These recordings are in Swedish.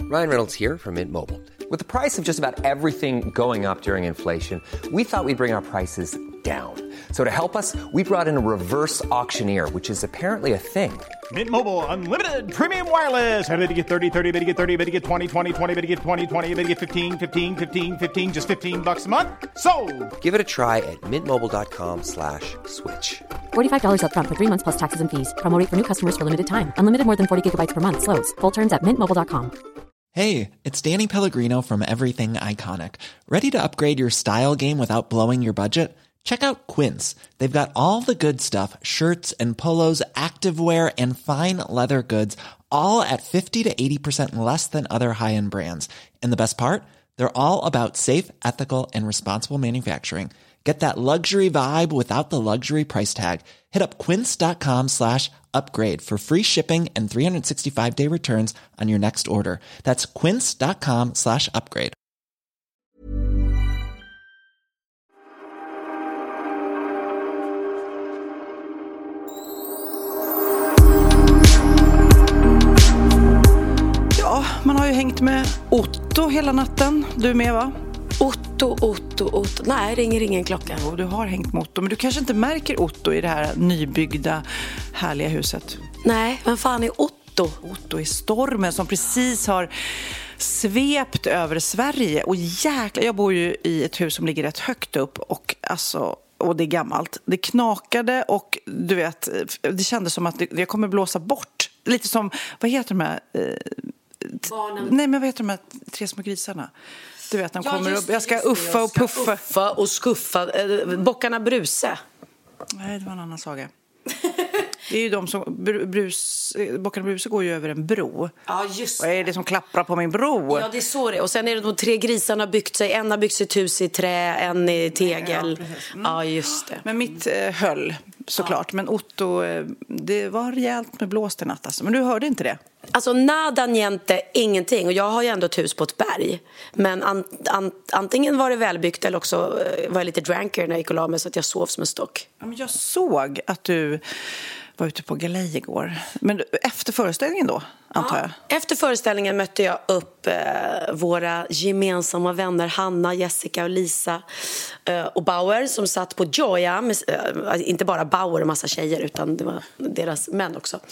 Ryan Reynolds here from Mint Mobile. With the price of just about everything going up during inflation, we thought we'd bring our prices down. So to help us, we brought in a reverse auctioneer, which is apparently a thing. Mint Mobile Unlimited Premium Wireless. How to get 30, 30, bit to get 30, bit to get 20, 20, 20, bit to get 20, 20, bit to get 15, 15, 15, 15, just $15 a month? Sold! Give it a try at mintmobile.com/switch. $45 up front for 3 months plus taxes and fees. Promo rate for new customers for limited time. Unlimited more than 40 gigabytes per month. Slows full terms at mintmobile.com. Hey, it's Danny Pellegrino from Everything Iconic. Ready to upgrade your style game without blowing your budget? Check out Quince. They've got all the good stuff, shirts and polos, activewear, and fine leather goods, all at 50 to 80% less than other high-end brands. And the best part? They're all about safe, ethical, and responsible manufacturing. Get that luxury vibe without the luxury price tag. Hit up quince.com/upgrade for free shipping and 365-day returns on your next order. That's quince.com/upgrade. Ja, man har ju hängt med Otto hela natten. Du med, va? Otto. Nej, ringer ingen klocka. Jo, du har hängt med Otto, men du kanske inte märker Otto i det här nybyggda härliga huset. Nej, vem fan är Otto? Otto är stormen som precis har svept över Sverige. Och jäklar, jag bor ju i ett hus som ligger rätt högt upp och det är gammalt. Det knakade och du vet, det kändes som att jag kommer blåsa bort. Lite som, vad heter de här... Barnen. Nej, men vad heter de här 3 små grisarna? Du vet, de kommer upp. Jag ska uffa och puffa. Uffa och skuffa. Bockarna Bruse. Nej, det var en annan saga. Det är ju de som... Bockarna Bruse går ju över en bro. Ja, just det. Och är det som klapprar på min bro? Ja, det är så det. Och sen är det de 3 grisarna byggt sig. En har byggt sig ett hus i trä, en i tegel. Ja, just det. Men mitt höll, såklart. Ja. Men Otto, det var rejält med blåst i natt. Alltså. Men du hörde inte det? Alltså nada niente, ingenting. Och jag har ju ändå ett hus på ett berg. Men antingen var det välbyggt eller också var jag lite dranker när jag gick och la mig så att jag sov som en stock. Ja, men jag såg att du var ute på galej igår. Men efter föreställningen då, antar jag? Efter föreställningen mötte jag upp våra gemensamma vänner Hanna, Jessica och Lisa och Bauer som satt på Joya. Inte bara Bauer och massa tjejer utan det var deras män också.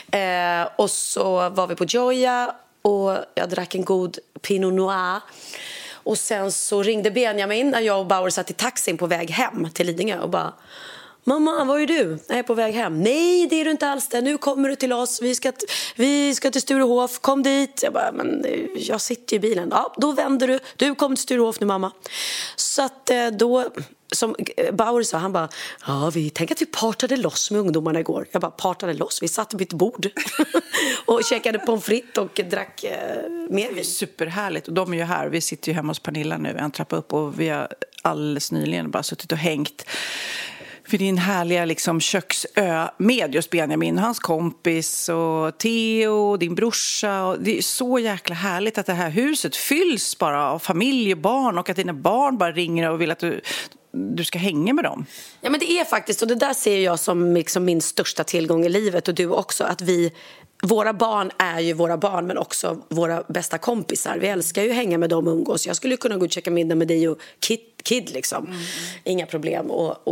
Och så var vi på Joya och jag drack en god Pinot Noir. Och sen så ringde Benjamin när jag och Bauer satt i taxin på väg hem till Lidingö och bara... Mamma, var är du? Jag är på väg hem. Nej, det är du inte alls det. Nu kommer du till oss. Vi ska till Sturehof. Kom dit. Jag bara, men jag sitter i bilen. Ja, då vänder du. Du kommer till Sturehof nu, mamma. Så att då, som Bauer sa, han bara, ja, vi tänker att vi partade loss med ungdomarna igår. Jag bara, partade loss. Vi satt vid ett bord och käkade pommes frites och drack mer vin. Superhärligt. Och de är ju här. Vi sitter ju hemma hos Pernilla nu. En trappa upp och vi har alldeles nyligen bara suttit och hängt för din härliga liksom köksö med just Benjamin, hans kompis och Theo, din brorsa. Och det är så jäkla härligt att det här huset fylls bara av familj och barn och att dina barn bara ringer och vill att du ska hänga med dem. Ja, men det är faktiskt, och det där ser jag som liksom min största tillgång i livet och du också, att våra barn är ju våra barn men också våra bästa kompisar. Vi älskar ju att hänga med dem och umgås. Jag skulle kunna gå och checka middag med dig och Kid liksom. Inga problem.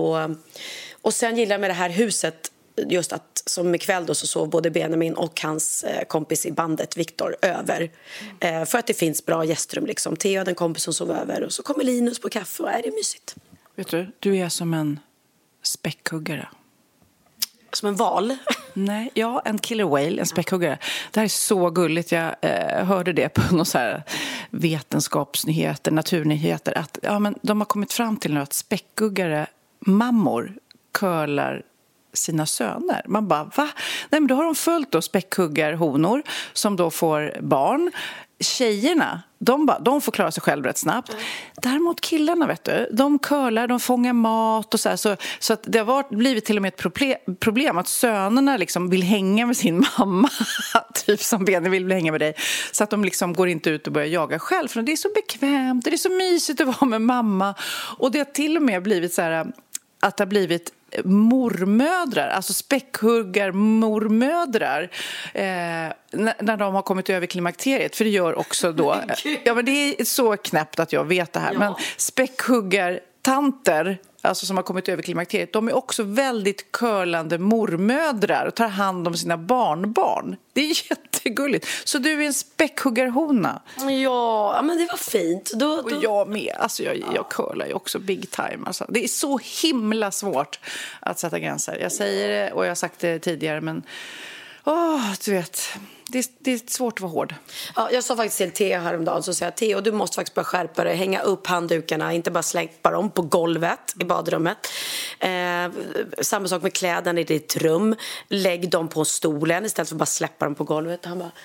Och sen gillar jag med det här huset just att som ikväll då så sov både Benjamin och hans kompis i bandet Viktor över. För att det finns bra gästrum liksom. Theo hade en kompis som sov över och så kommer Linus på kaffe och är det mysigt. Vet du är som en späckhuggare. Som en val? Nej, ja, en killer whale, en späckhuggare. Det här är så gulligt. Jag hörde det på någon så här vetenskapsnyheter, naturnyheter. Att men de har kommit fram till nu att späckhuggare, mammor, curlar sina söner. Man bara, va? Nej, men då har de följt då späckhuggarhonor som då får barn. Tjejerna, de får klara sig själv rätt snabbt. Däremot killarna, vet du, de curlar, de fångar mat och så här, så att det har blivit till och med ett problem att sönerna liksom vill hänga med sin mamma typ som Benjamin vill hänga med dig, så att de liksom går inte ut och börjar jaga själv, för det är så bekvämt, det är så mysigt att vara med mamma. Och det har till och med blivit så här att det har blivit mormödrar, alltså späckhuggarmormödrar, när de har kommit över klimakteriet, för det gör också då, ja men det är så knäppt att jag vet det här, men späckhuggartanter, alltså som har kommit över klimakteriet, de är också väldigt curlande mormödrar och tar hand om sina barnbarn. Det är jättegulligt. Så du är en späckhuggarhona. Ja, men det var fint. Och jag med. Alltså jag curlar ju också big time. Alltså, det är så himla svårt att sätta gränser. Jag säger det och jag har sagt det tidigare, men du vet, det är svårt att vara hård. Ja, jag sa faktiskt till Theo häromdagen, så säger jag, Theo, du måste faktiskt börja skärpa dig, hänga upp handdukarna, inte bara släppa dem på golvet i badrummet. Samma sak med kläderna i ditt rum, lägg dem på stolen istället för att bara släppa dem på golvet. Och han bara,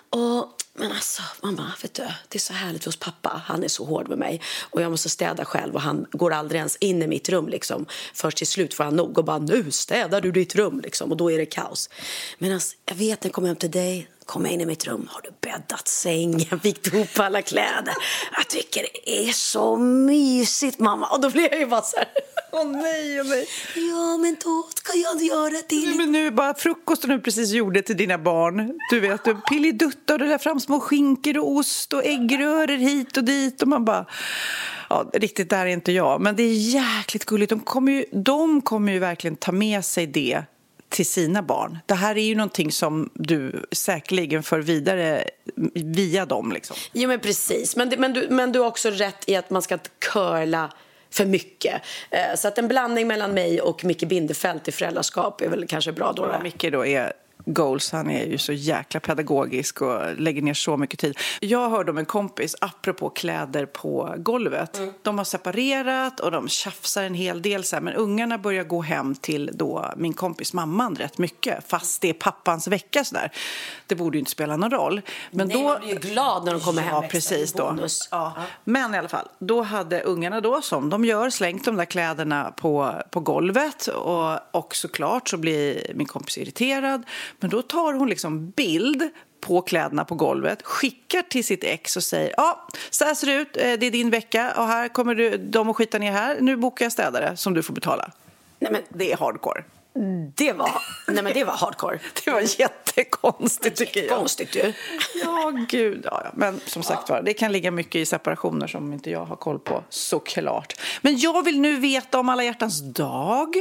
men alltså mamma, vet du, det är så härligt hos pappa, han är så hård med mig och jag måste städa själv och han går aldrig ens in i mitt rum liksom. Först till slut får han nog och bara, nu städar du ditt rum liksom, och då är det kaos. Men alltså, jag vet, när jag kommer hem till dig, kom in i mitt rum, har du bäddat sängen, fick ihop alla kläder, jag tycker det är så mysigt mamma. Och då blir jag ju bara så här, nej. ja men då ska jag göra det. Men nu bara frukosten du precis gjorde till dina barn, du vet, du pilliduttar och du lär fram små skinkor och ost och äggrörer hit och dit och man bara, ja, riktigt där är inte jag, men det är jäkligt gulligt. De kommer ju verkligen ta med sig det till sina barn. Det här är ju någonting som du säkerligen för vidare via dem liksom. Jo men precis, men du har också rätt i att man ska inte curla för mycket. Så att en blandning mellan mig och Micke Bindefeld i föräldraskap är väl kanske bra då. Micke då är goals, han är ju så jäkla pedagogisk och lägger ner så mycket tid. Jag hörde om en kompis apropå kläder på golvet. De har separerat och de tjafsar en hel del så här, men ungarna börjar gå hem till då min kompis mamman rätt mycket, fast det är pappans vecka så där. Det borde ju inte spela någon roll. Men nej, då man blir ju glad när de kommer hem. Ja, precis då. Ja. Men i alla fall, då hade ungarna då, som de gör, slängt de där kläderna på golvet och såklart så blir min kompis irriterad. Men då tar hon liksom bild på kläderna på golvet, skickar till sitt ex och säger, så här ser det ut, det är din vecka och här kommer de att skita ner här, nu bokar jag städare som du får betala. Nej men det är hardcore. Det var hardcore. Det var jättekonstigt tycker jag. Konstigt ju. Ja, gud. Ja. Men som sagt var, det kan ligga mycket i separationer som inte jag har koll på, såklart. Men jag vill nu veta om alla hjärtans dag.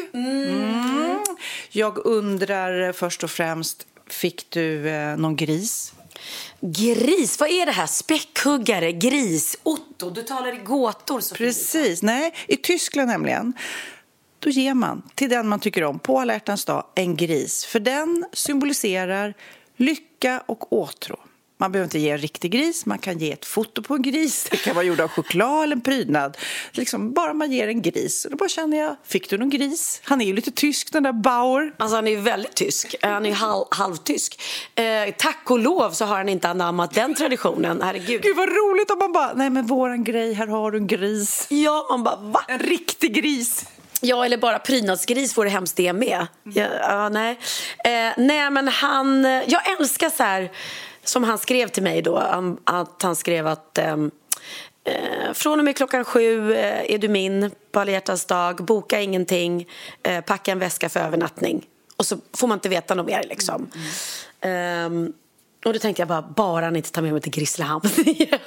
Jag undrar först och främst, fick du någon gris? Gris, vad är det här? Späckhuggare, gris, Otto, du talar i gåtor. Så precis, nej, i Tyskland nämligen. Då ger man till den man tycker om på alla hjärtans dag en gris. För den symboliserar lycka och åtrå. Man behöver inte ge en riktig gris. Man kan ge ett foto på en gris. Det kan vara gjord av choklad eller en prydnad. Liksom bara man ger en gris. Och då bara känner jag, fick du någon gris? Han är ju lite tysk, den där Bauer. Alltså han är ju väldigt tysk. Han är halvtysk. Tack och lov så har han inte anammat den traditionen. Herregud. Gud vad roligt om man bara, nej men våran grej, här har du en gris. Ja, man bara, va? En riktig gris. Ja, eller bara prydnadsgris får det hemskt det med. Nej. Nej, men jag älskar så här, som han skrev till mig då, att han skrev att från och med 7:00 är du min på alla hjärtans dag, boka ingenting, packa en väska för övernattning. Och så får man inte veta något mer liksom. Och då tänkte jag bara han inte tar med mig till Grisslehamn igen.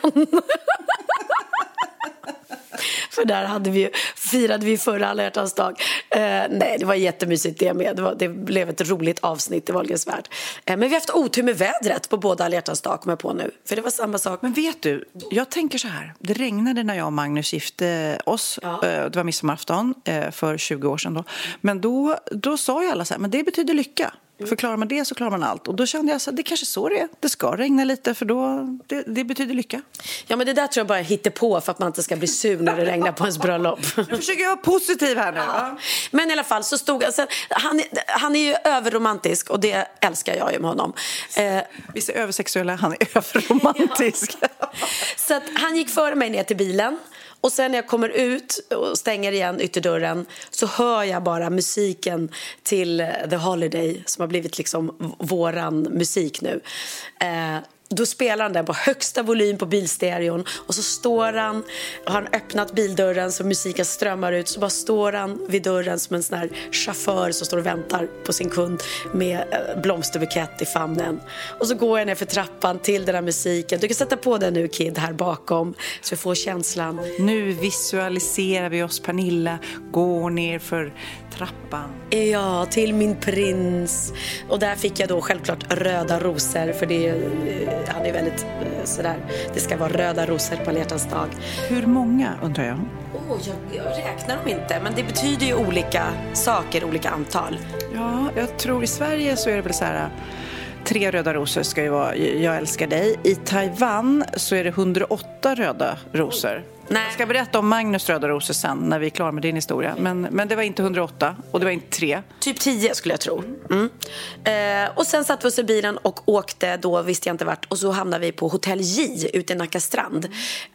För där firade vi förra alla hjärtans dag. Nej, det var jättemysigt det med. Det blev ett roligt avsnitt, det var värt. Men vi har haft otur med vädret på båda alla hjärtans dag, kommer jag på nu. För det var samma sak. Men vet du, jag tänker så här. Det regnade när jag och Magnus gifte oss. Ja. Det var midsommarafton för 20 år sedan då. Men då sa ju alla så här, men det betyder lycka. Förklarar man det så klarar man allt. Och då kände jag så här, det kanske så det är. Det ska regna lite för då det betyder lycka. Ja, men det där tror jag bara hittar på för att man inte ska bli sur när det regnar på ens bröllop. Jag försöker vara positiv här nu. Ja. Men i alla fall så stod alltså, han är ju överromantisk och det älskar jag ju med honom. Vissa är översexuella, han är överromantisk. Så att han gick före mig ner till bilen. Och sen när jag kommer ut och stänger igen ytterdörren så hör jag bara musiken till The Holiday som har blivit liksom våran musik nu. Då spelar han den på högsta volym på bilstereon. Och så står han, har han öppnat bildörren så musiken strömmar ut. Så bara står han vid dörren som en sån här chaufför som står och väntar på sin kund med blomsterbukett i famnen. Och så går jag ner för trappan till den här musiken. Du kan sätta på den nu, Kid, här bakom, så vi får känslan. Nu visualiserar vi oss, Pernilla, går ner för trappan. Ja, till min prins. Och där fick jag då självklart röda rosor. För det han är väldigt sådär. Det ska vara röda rosor på alla hjärtans dag. Hur många, undrar jag? Jag räknar dem inte. Men det betyder ju olika saker, olika antal. Ja, jag tror i Sverige så är det väl så här... 3 röda rosor ska ju vara jag älskar dig. I Taiwan så är det 108 röda rosor. Nej. Jag ska berätta om Magnus röda rosor sen när vi är klara med din historia. Men det var inte 108 och det var inte 3. Typ 10 skulle jag tro. Och sen satt vi oss i bilen och åkte, då visste jag inte vart. Och så hamnade vi på Hotell J ute i Nacka strand.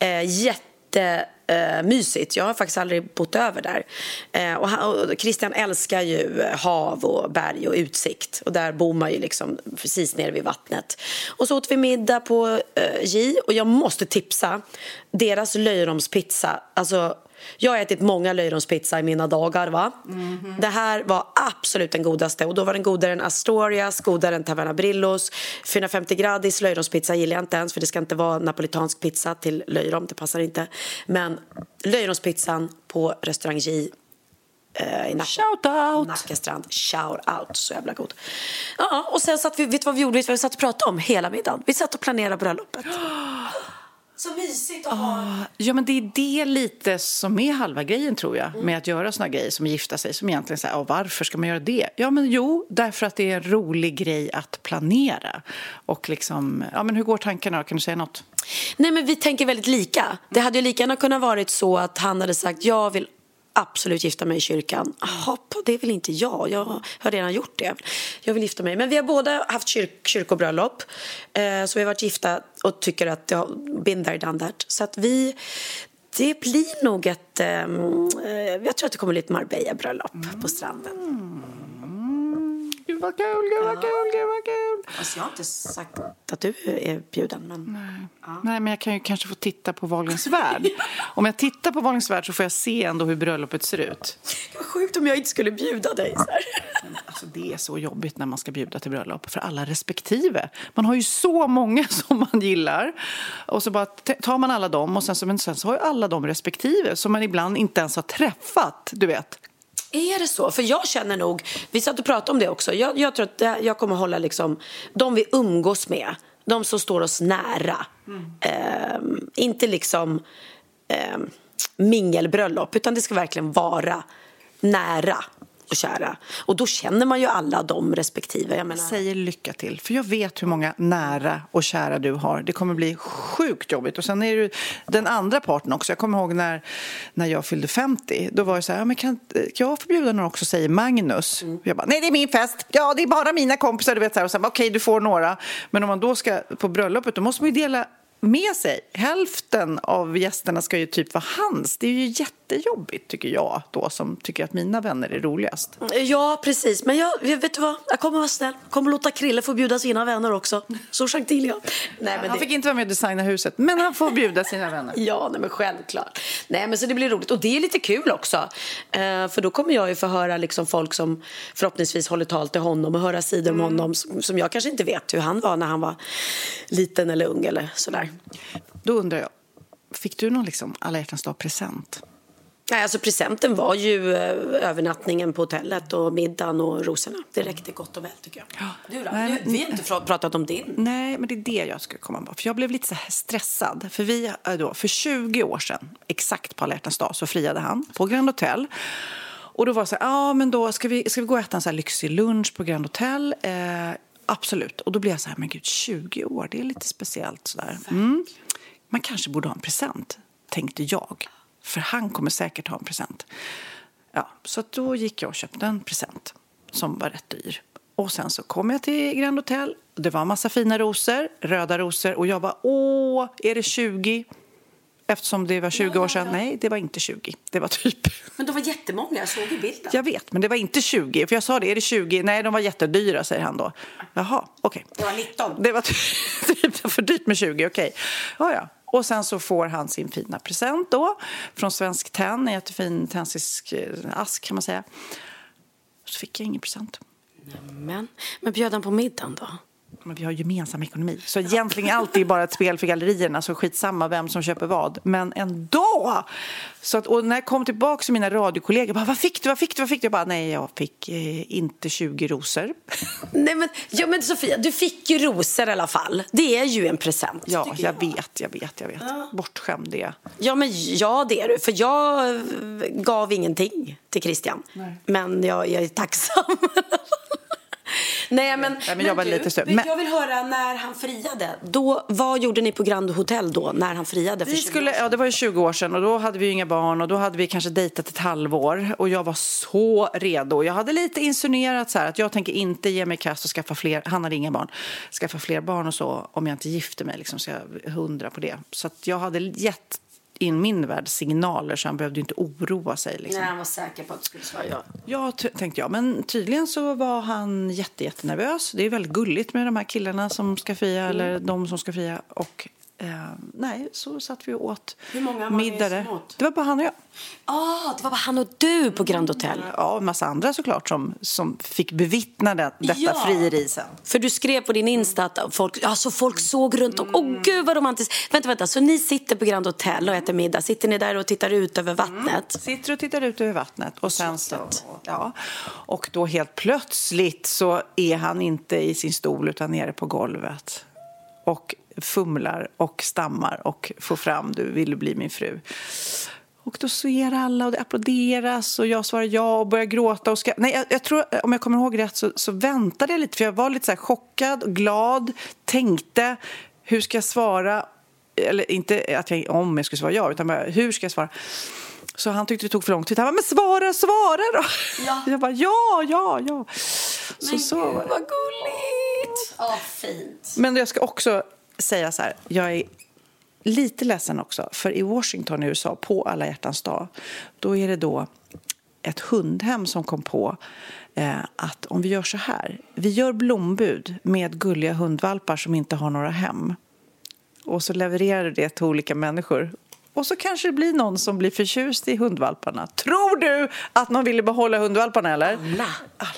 Mysigt. Jag har faktiskt aldrig bott över där. Och Christian älskar ju hav och berg och utsikt. Och där bor man ju liksom precis nere vid vattnet. Och så åt vi middag på J. Och jag måste tipsa deras löjromspizza. Alltså, jag har ätit många löjromspizza i mina dagar, va? Mm-hmm. Det här var absolut den godaste. Och då var den godare än Astorias, godare än Taverna Brillos. 450 gradis löjromspizza gillar jag inte ens, för det ska inte vara napolitansk pizza till löjrom, det passar inte. Men löjromspizzan på restaurang J i Nackastrand. Shout out, så jävla god. Ja, och sen satt vi, vet du vad vi gjorde? Vi satt och pratade om hela middagen. Vi satt och planerade bröllopet. Så mysigt att ha. Ja, men det är det lite som är halva grejen, tror jag, med att göra såna grejer som gifta sig, som egentligen säger, varför ska man göra det? Ja, men därför att det är en rolig grej att planera. Och liksom, men hur går tankarna? Kan du säga något? Nej, men vi tänker väldigt lika. Det hade ju lika gärna kunnat varit så att han hade sagt, jag vill absolut gifta mig i kyrkan. Det vill inte jag. Jag har redan gjort det. Jag vill gifta mig. Men vi har båda haft kyrkobröllop. Så vi har varit gifta och tycker att been there, done that. Så att det blir nog ett... jag tror att det kommer lite Marbella-bröllop på stranden. Gud vad kul. Alltså, jag har inte sagt att du är bjuden, men... Nej, men jag kan ju kanske få titta på Wahlgrens värld. Om jag tittar på Wahlgrens värld så får jag se ändå hur bröllopet ser ut. Det var sjukt om jag inte skulle bjuda dig så här. Alltså, det är så jobbigt när man ska bjuda till bröllop för alla respektive. Man har ju så många som man gillar. Och så bara tar man alla dem och sen så har ju alla dem respektive som man ibland inte ens har träffat, du vet. Är det så? För jag känner nog, vi satt och pratade om det också, jag tror att jag kommer hålla liksom de vi umgås med, de som står oss nära. Inte liksom mingelbröllop, utan det ska verkligen vara nära och kära. Och då känner man ju alla de respektive. Jag säger lycka till, för jag vet hur många nära och kära du har. Det kommer bli sjukt jobbigt. Och sen är det den andra parten också. Jag kommer ihåg när jag fyllde 50. Då var det så här, men kan jag förbjuda några också, säger Magnus. Jag bara, nej, det är min fest. Ja, det är bara mina kompisar, du vet så här. Och sen, okej, du får några. Men om man då ska på bröllopet, då måste man ju dela med sig. Hälften av gästerna ska ju typ vara hans. Det är ju jättejobbigt, tycker jag då, som tycker att mina vänner är roligast. Ja, precis. Men jag vet du vad? Jag kommer vara snäll. Jag kommer låta Krille få bjuda sina vänner också. Så till jag. Nej, men han fick inte vara med och designa huset, men han får bjuda sina vänner. Ja, nej, men självklart. Nej, men så det blir roligt. Och det är lite kul också. För då kommer jag ju få höra liksom folk som förhoppningsvis håller tal till honom och höra sidor om honom som jag kanske inte vet hur han var när han var liten eller ung eller sådär. Då undrar jag, fick du någon liksom alla hjärtans dag present? Nej, alltså presenten var ju övernattningen på hotellet och middagen och rosorna. Det räckte gott och väl, tycker jag. Du då? Nej, vi har inte pratat om din. Nej, men det är det jag ska komma på. För jag blev lite så här stressad. För vi då, för 20 år sedan, exakt på alla hjärtans dag, så friade han på Grand Hotel. Och då var det så här, men då ska vi gå och äta en så här lyxig lunch på Grand Hotel. Absolut. Och då blev jag så här, men gud, 20 år, det är lite speciellt sådär. Man kanske borde ha en present, tänkte jag. För han kommer säkert ha en present. Ja, så då gick jag och köpte en present som var rätt dyr. Och sen så kom jag till Grand Hotel. Det var en massa fina rosor, röda rosor. Och jag bara, är det 20? eftersom det var 20 år sedan. Nej, det var inte 20. Det var typ... Men de var jättemånga, jag såg i bilden. Jag vet, men det var inte 20. För jag sa det, är det 20? Nej, de var jättedyra, säger han då. Jaha, okej. Det var 19. Det var typ för dyrt med 20, okej. Ja. Och sen så får han sin fina present då. Från Svensk Tenn, en jättefin tensisk ask kan man säga. Så fick jag ingen present. Men bjöd han på middagen då? Men vi har gemensam ekonomi. Så egentligen alltid bara ett spel för gallerierna. Så skitsamma vem som köper vad. Men ändå! Så att, och när jag kom tillbaka till mina radiokollegor. Bara, vad fick du? Jag bara, nej jag fick inte 20 rosor. Nej men Sofia, du fick ju rosor i alla fall. Det är ju en present. Ja, jag vet. Ja. Bortskämd det. Ja, det är du. För jag gav ingenting till Christian. Nej. Men jag är tacksam. Nej, men jag var lite stöd. Men jag vill höra när han friade. Då, vad gjorde ni på Grand Hotel då när han friade för 20 år sedan? Ja, det var ju 20 år sedan och då hade vi ju inga barn och då hade vi kanske dejtat ett halvår och jag var så redo. Jag hade lite insinuerat så här att jag tänker inte ge mig kast och skaffa fler, han hade inga barn, skaffa fler barn och så om jag inte gifter mig liksom, så jag 100 på det. Så att jag hade gett in min värld signaler så han behövde inte oroa sig liksom. Nej, han var säker på att det skulle svara ja. Ja, tänkte jag. Men tydligen så var han jättenervös. Det är väldigt gulligt med de här killarna som ska fria eller de som ska fria. Och nej, så satt vi och åt middag. Hur många var det som åt? Det var bara han och jag. Det var bara han och du på Grand Hotel. Ja, en massa andra såklart som fick bevittna detta frieri sen. För du skrev på din Insta att folk såg runt och gud vad romantiskt. Vänta, så ni sitter på Grand Hotel och äter middag. Sitter ni där och tittar ut över vattnet? Sitter och tittar ut över vattnet och sen så, ja. Och då helt plötsligt så är han inte i sin stol utan nere på golvet. Och fumlar och stammar och får fram du vill bli min fru. Och då ser alla och det applåderas och jag svarar ja och börjar gråta och nej, jag tror, om jag kommer ihåg rätt så väntade jag lite för jag var lite så här chockad och glad, tänkte hur ska jag svara, eller inte att om jag skulle svara ja utan bara, hur ska jag svara. Så han tyckte det tog för lång tid. Han bara, men svara då. Ja. Jag bara, ja. Så gud, vad gulligt. Fint. Men jag ska också säga så här, jag är lite ledsen också. För i Washington i USA, på alla hjärtans dag, då är det då ett hundhem som kom på att om vi gör så här. Vi gör blombud med gulliga hundvalpar som inte har några hem. Och så levererar det till olika människor. Och så kanske det blir någon som blir förtjust i hundvalparna. Tror du att någon ville behålla hundvalparna eller? Alla.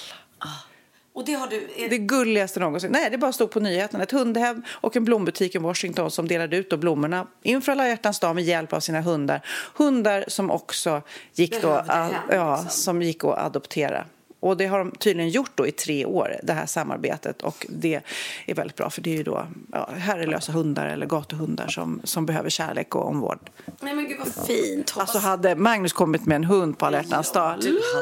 Och det har du... Det gulligaste någonsin. Nej, det bara stod på nyheterna. Ett hundhem och en blombutik i Washington som delade ut då blommorna inför alla hjärtans dag med hjälp av sina hundar. Hundar som också gick då, som gick att adoptera. Och det har de tydligen gjort då i 3 år, det här samarbetet. Och det är väldigt bra, för det är ju då herrelösa hundar eller gatuhundar som behöver kärlek och omvård. Nej men gud vad fint. Alltså hade Magnus kommit med en hund på alla hjärtans dag.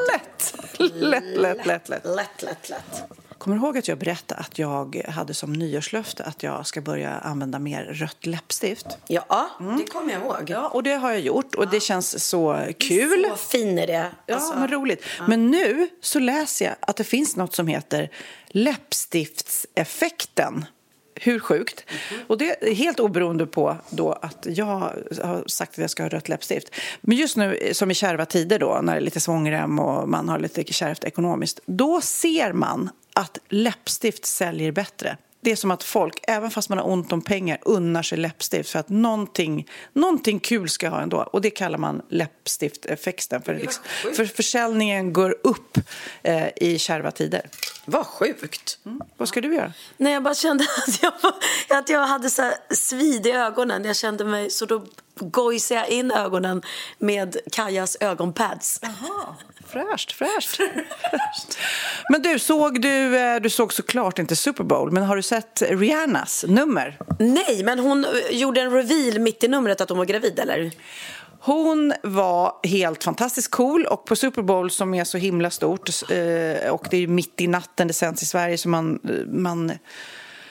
Lätt. Kommer du ihåg att jag berättade att jag hade som nyårslöfte att jag ska börja använda mer rött läppstift? Ja, det kommer jag ihåg. Ja, och det har jag gjort och det känns så kul. Så fin är det. Alltså. Ja, men roligt. Ja. Men nu så läser jag att det finns något som heter läppstiftseffekten. Hur sjukt. Och det är helt oberoende på då att jag har sagt att jag ska ha rött läppstift. Men just nu, som i kärva tider då, när det är lite svångrem och man har lite kärvt ekonomiskt, då ser man att läppstift säljer bättre. Det är som att folk, även fast man har ont om pengar, unnar sig läppstift för att någonting kul ska ha ändå. Och det kallar man läppstifteffekten. För försäljningen går upp i kärva tider. Vad sjukt. Vad ska du göra? Nej, jag bara kände att jag hade så svid i ögonen. Jag kände mig, så då gojsade jag in ögonen med Kajas ögonpads. Jaha. Fräscht. Men du såg såklart inte Super Bowl, men har du sett Rihannas nummer? Nej, men hon gjorde en reveal mitt i numret att hon var gravid, eller? Hon var helt fantastiskt cool, och på Super Bowl som är så himla stort och det är mitt i natten, det sänds i Sverige, så man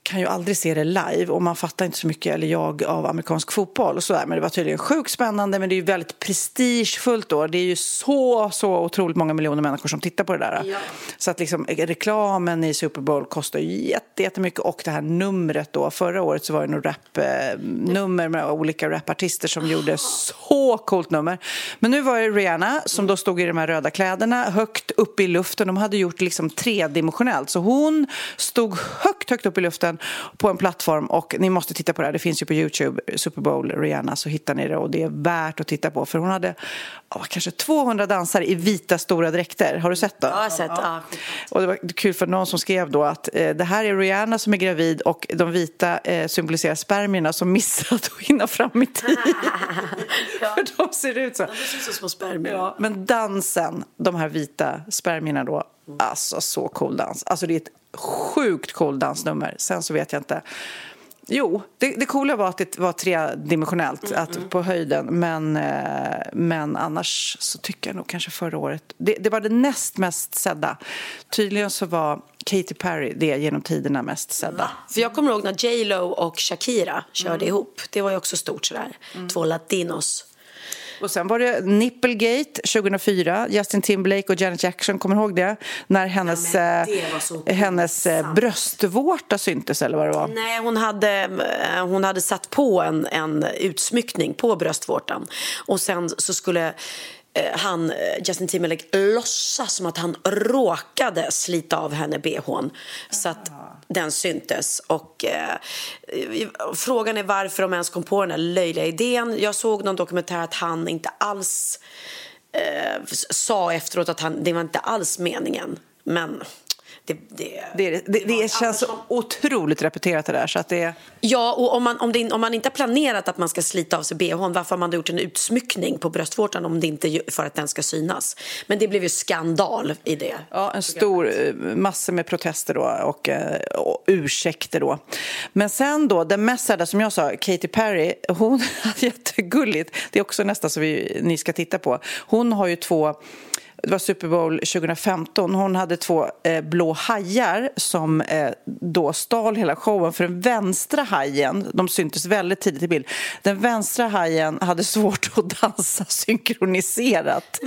kan ju aldrig se det live och man fattar inte så mycket, eller jag, av amerikansk fotboll och sådär, men det var tydligen sjukt spännande, men det är ju väldigt prestigefullt då. Det är ju så otroligt många miljoner människor som tittar på det där. Ja. Så att liksom reklamen i Super Bowl kostar ju jättemycket, och det här numret då, förra året så var det nog rapnummer med olika rapartister som gjorde så coolt nummer. Men nu var det Rihanna som då stod i de här röda kläderna högt upp i luften. De hade gjort liksom tredimensionellt, så hon stod högt upp i luften på en plattform, och ni måste titta på det här. Det finns ju på YouTube, Super Bowl Rihanna, så hittar ni det, och det är värt att titta på, för hon hade kanske 200 dansare i vita stora dräkter. Har du sett det? Ja, jag har sett. Ja. Och det var kul för någon som skrev då att det här är Rihanna som är gravid, och de vita symboliserar spermierna som missar att hinna fram i tid. Ja. För de ser ut så. De ser ut som små spermier. Ja, men dansen, de här vita spermierna då, alltså så cool dans. Alltså det är ett sjukt cool dansnummer. Sen så vet jag inte. Jo, det coola var att det var tredimensionellt att på höjden, men annars så tycker jag nog kanske förra året det var det näst mest sedda. Tydligen så var Katy Perry det genom tiderna mest sedda. För jag kommer ihåg när J.Lo och Shakira körde ihop. Det var ju också stort sådär. Två latinos. Och sen var det Nipplegate 2004. Justin Timberlake och Janet Jackson, kommer ihåg det? När hennes bröstvårta syntes, eller vad det var? Nej, hon hade satt på en utsmyckning på bröstvårtan. Och sen så skulle Justin Timberlake låtsas som att han råkade slita av henne BH:n så att den syntes. Och frågan är varför de ens kom på den här löjliga idén. Jag såg någon dokumentär att han inte alls sa efteråt att det var inte alls meningen. Men det känns så otroligt repeterat det där, så att det... Ja, och om man inte har planerat att man ska slita av sig BH:n, varför har man gjort en utsmyckning på bröstvårtan om det inte för att den ska synas? Men det blev ju skandal i det. Ja, en stor massa med protester då och ursäkter då. Men sen då, den mest sedda som jag sa, Katy Perry, hon är jättegulligt. Det är också nästan som ni ska titta på. Hon har ju det var Super Bowl 2015. Hon hade 2 blå hajar som då stal hela showen. För den vänstra hajen, de syntes väldigt tidigt i bild. Den vänstra hajen hade svårt att dansa synkroniserat.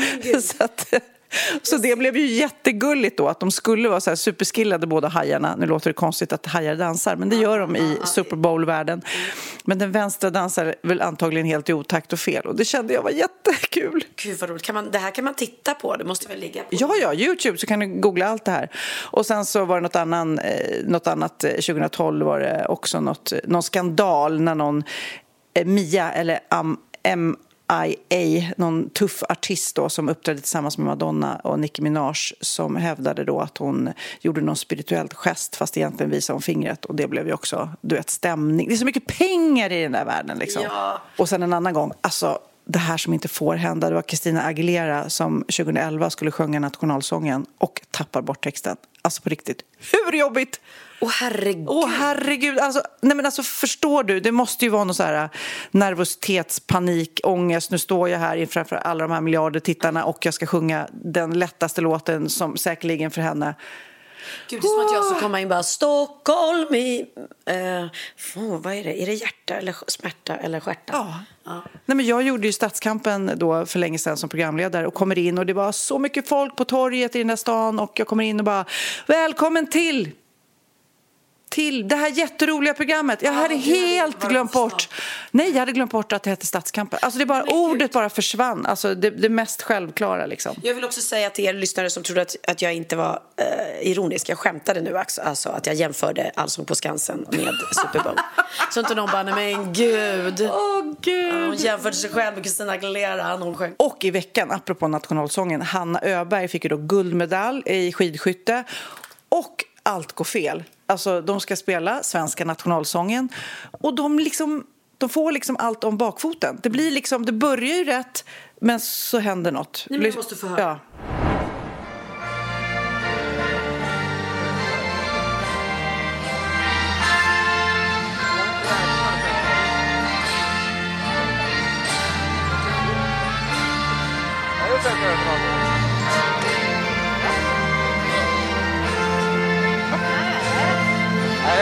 Så det blev ju jättegulligt då att de skulle vara så här superskillade, båda hajarna. Nu låter det konstigt att hajar dansar, men det gör de i Super Bowl-världen. Men den vänstra dansar väl antagligen helt i otakt och fel, och det kände jag var jättekul. Gud vad roligt. Det här kan man titta på, det måste väl ligga på? Ja, YouTube, så kan du googla allt det här. Och sen så var det något annat 2012 var det också någon skandal när någon Mia eller M.I.A., någon tuff artist då, som uppträdde tillsammans med Madonna och Nicki Minaj, som hävdade då att hon gjorde någon spirituellt gest fast egentligen visade hon fingret, och det blev ju också, stämning. Det är så mycket pengar i den där världen liksom. Ja. Och sen en annan gång, alltså det här som inte får hända, det var Christina Aguilera som 2011 skulle sjunga nationalsången och tappar bort texten. Alltså på riktigt, hur jobbigt? Herregud. Alltså förstår du, det måste ju vara någon så här nervositetspanik, ångest. Nu står jag här inför alla de här miljarder tittarna och jag ska sjunga den lättaste låten som säkerligen för henne. Gud, det är som att jag ska komma in bara Stockholm i... vad är det? Är det hjärta eller smärta eller stjärta? Ja. Nej, men jag gjorde ju Stadskampen då för länge sedan som programledare och kommer in och det var så mycket folk på torget i den där stan och jag kommer in och bara välkommen till det här jätteroliga programmet. Jag hade helt glömt bort. Nej, jag hade glömt bort att det hette Stadskampen. Alltså det är bara ordet bara försvann. Alltså det mest självklara liksom. Jag vill också säga till er lyssnare som trodde att jag inte var ironisk. Jag skämtade nu alltså att jag jämförde Allsång på Skansen med Super Bowl. Så inte någon bara, nej men gud. Gud. Hon jämförde sig själv med Christina Aguilera. Och i veckan, apropå nationalsången, Hanna Öberg fick ju då guldmedalj i skidskytte. Och allt går fel. Alltså de ska spela svenska nationalsången och de får liksom allt om bakfoten. Det blir liksom, det börjar ju rätt men så händer något. Nej, men jag måste få höra. Ja.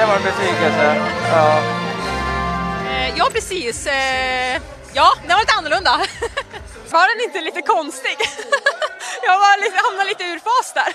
det var en besvikelse. Ja. Ja, precis. Ja, det var lite annorlunda. Var den inte lite konstig? Jag hamnade lite ur fas där.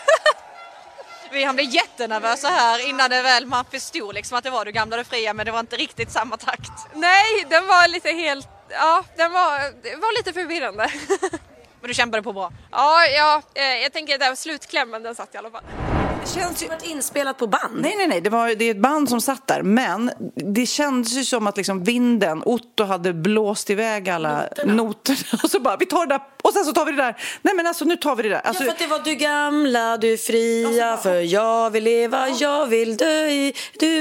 Han blev jättenervösa här innan man förstod liksom att det var Du gamla du fria, men det var inte riktigt samma takt. Nej, den var lite det var lite förvirrande. Men du kämpade på bra? Ja, jag tänker att slutklämmen den satt i alla fall. Det känns ju varit inspelat på band. Nej. Det är ett band som satt där. Men det kändes ju som att liksom vinden, Otto hade blåst iväg alla noterna. Och så bara, vi tar det där. Och sen så tar vi det där. Nej men alltså, nu tar vi det där. Alltså, ja, för att det var Du gamla, du fria. För jag vill leva, jag vill dö i.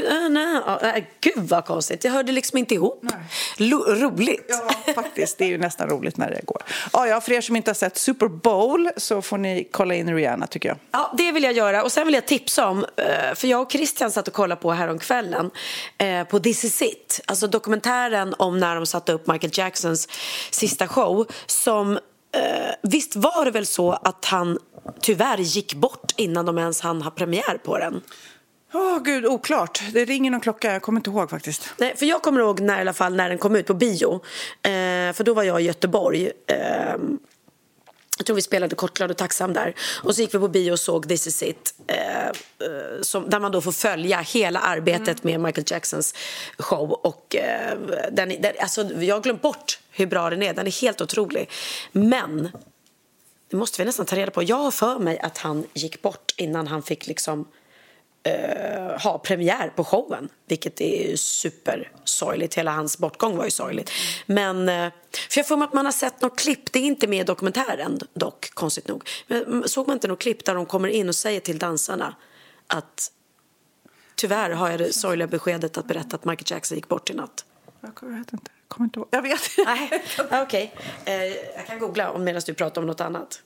Gud vad konstigt. Jag hörde liksom inte ihop. Roligt. Ja, faktiskt. Det är ju nästan roligt när det går. Ja, för er som inte har sett Super Bowl så får ni kolla in Rihanna, tycker jag. Ja, det vill jag göra. Och sen vill jag tipsa om, för jag och Christian satt och kollade på här om kvällen på This Is It, alltså dokumentären om när de satte upp Michael Jacksons sista show, som visst var det väl så att han tyvärr gick bort innan de ens hann ha premiär på den. Gud, oklart. Det ringer någon klocka, jag kommer inte ihåg faktiskt. Nej, för jag kommer ihåg i alla fall när den kom ut på bio, för då var jag i Göteborg. Jag tror vi spelade Kortglad och tacksam där. Och så gick vi på bio och såg This Is It. Där man då får följa hela arbetet med Michael Jacksons show. Och alltså, jag har glömt bort hur bra den är. Den är helt otrolig. Men det måste vi nästan ta reda på. Jag har för mig att han gick bort innan han fick liksom ha premiär på showen, vilket är supersorgligt. Hela hans bortgång var ju sorgligt. Men för jag får mig att man har sett något klipp, det är inte med i dokumentären dock, konstigt nog. Men såg man inte något klipp där de kommer in och säger till dansarna att tyvärr har jag det sorgliga beskedet att berätta att Michael Jackson gick bort i natt? Jag vet inte. Kommer inte ihåg. Jag vet. Nej, okej. Jag kan googla medan du pratar om något annat.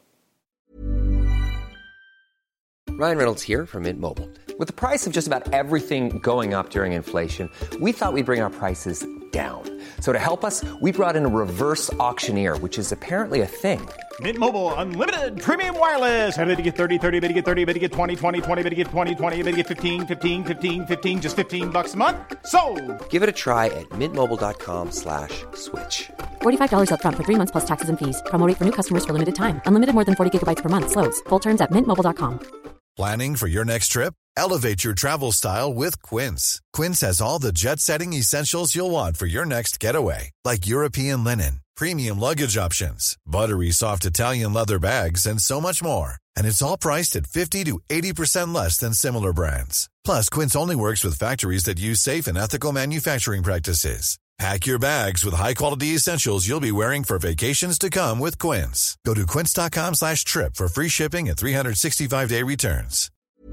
Ryan Reynolds here from Mint Mobile. With the price of just about everything going up during inflation, we thought we'd bring our prices down. So to help us, we brought in a reverse auctioneer, which is apparently a thing. Mint Mobile Unlimited Premium Wireless. How to get 30, 30, bit to get 30, bit to get 20, 20, 20, bit to get 20, 20, bit to get 15, 15, 15, 15, just $15 a month? Sold! Give it a try at mintmobile.com/switch. $45 up front for 3 months plus taxes and fees. Promo rate for new customers for limited time. Unlimited more than 40 gigabytes per month. Slows full terms at mintmobile.com. Planning for your next trip? Elevate your travel style with Quince. Quince has all the jet-setting essentials you'll want for your next getaway, like European linen, premium luggage options, buttery soft Italian leather bags, and so much more. And it's all priced at 50 to 80% less than similar brands. Plus, Quince only works with factories that use safe and ethical manufacturing practices. Pack your bags with high-quality essentials you'll be wearing for vacations to come with Quince. Go to quince.com/trip for free shipping and 365-day returns.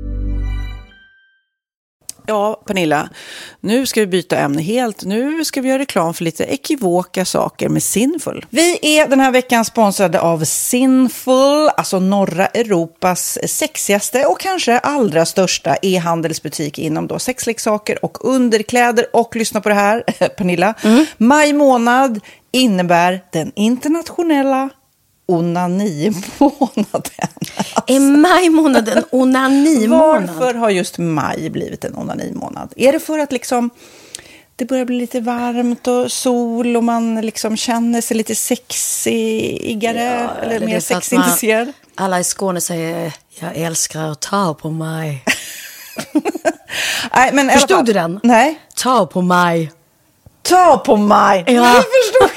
Ja, Pernilla, nu ska vi byta ämne helt. Nu ska vi göra reklam för lite ekivoka saker med Sinful. Vi är den här veckan sponsrade av Sinful, alltså norra Europas sexigaste och kanske allra största e-handelsbutik inom då sexleksaker och underkläder. Och lyssna på det här, Pernilla. Maj månad innebär den internationella onanimånaden. Är maj månaden onanimånad? Varför har just maj blivit en onanimånad? Är det för att liksom det börjar bli lite varmt och sol och man liksom känner sig lite sexigare eller mer sexintresserad? Alla i Skåne säger jag älskar att ta på mig. Nej, men förstod du den? Nej. Ta på mig. Ta på mig. Ja. Jag förstod.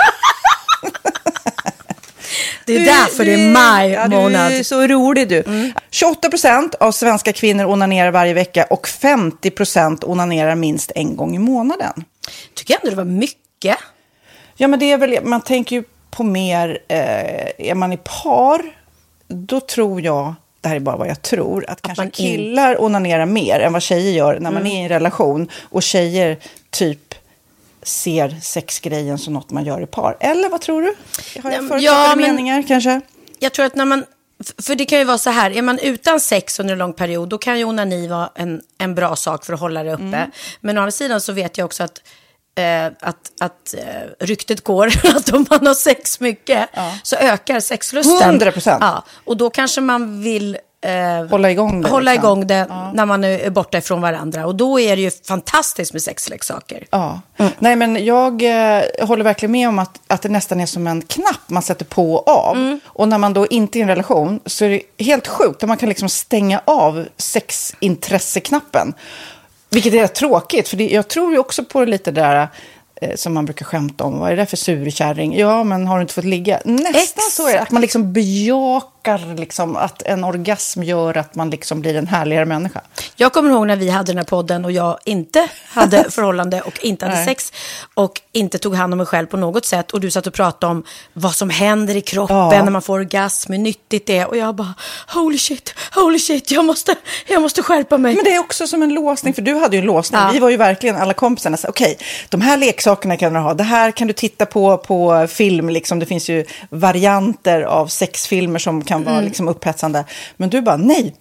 Det är därför det är maj månad. Du är så rolig du. 28% av svenska kvinnor onanerar varje vecka och 50% onanerar minst en gång i månaden. Tycker jag ändå det var mycket. Ja, men det är väl, man tänker ju på mer, är man i par, då tror jag, det här är bara vad jag tror, att kanske killar onanerar mer än vad tjejer gör när man är i en relation. Och tjejer typ ser sexgrejen som något man gör i par. Eller vad tror du? Har jag förutsatta meningar kanske? Jag tror att när man, för det kan ju vara så här, är man utan sex under en lång period, då kan ju onani vara en bra sak för att hålla det uppe. Men å andra sidan så vet jag också att ryktet går att om man har sex mycket så ökar sexlusten. 100%. Ja, och då kanske man vill hålla igång det, när man är borta ifrån varandra. Och då är det ju fantastiskt med sexleksaker. Ja. Nej, men jag håller verkligen med om att det nästan är som en knapp man sätter på och av. Och när man då inte är i en relation så är det helt sjukt. Man kan liksom stänga av sexintresseknappen. Vilket är tråkigt, för jag tror ju också på lite där som man brukar skämta om. Vad är det för surkärring? Ja, men har du inte fått ligga? Nästan så är det, att man liksom bejakar liksom att en orgasm gör att man liksom blir en härligare människa. Jag kommer ihåg när vi hade den här podden och jag inte hade förhållande och inte hade sex och inte tog hand om mig själv på något sätt. Och du satt och pratade om vad som händer i kroppen när man får orgasm, hur nyttigt det är. Och jag bara, holy shit, jag måste skärpa mig. Men det är också som en låsning, för du hade ju en låsning. Vi var ju verkligen alla kompisarna. Okej, de här leksakerna kan du ha. Det här kan du titta på film. Liksom. Det finns ju varianter av sexfilmer som kan vara liksom upphetsande. Men du bara, nej.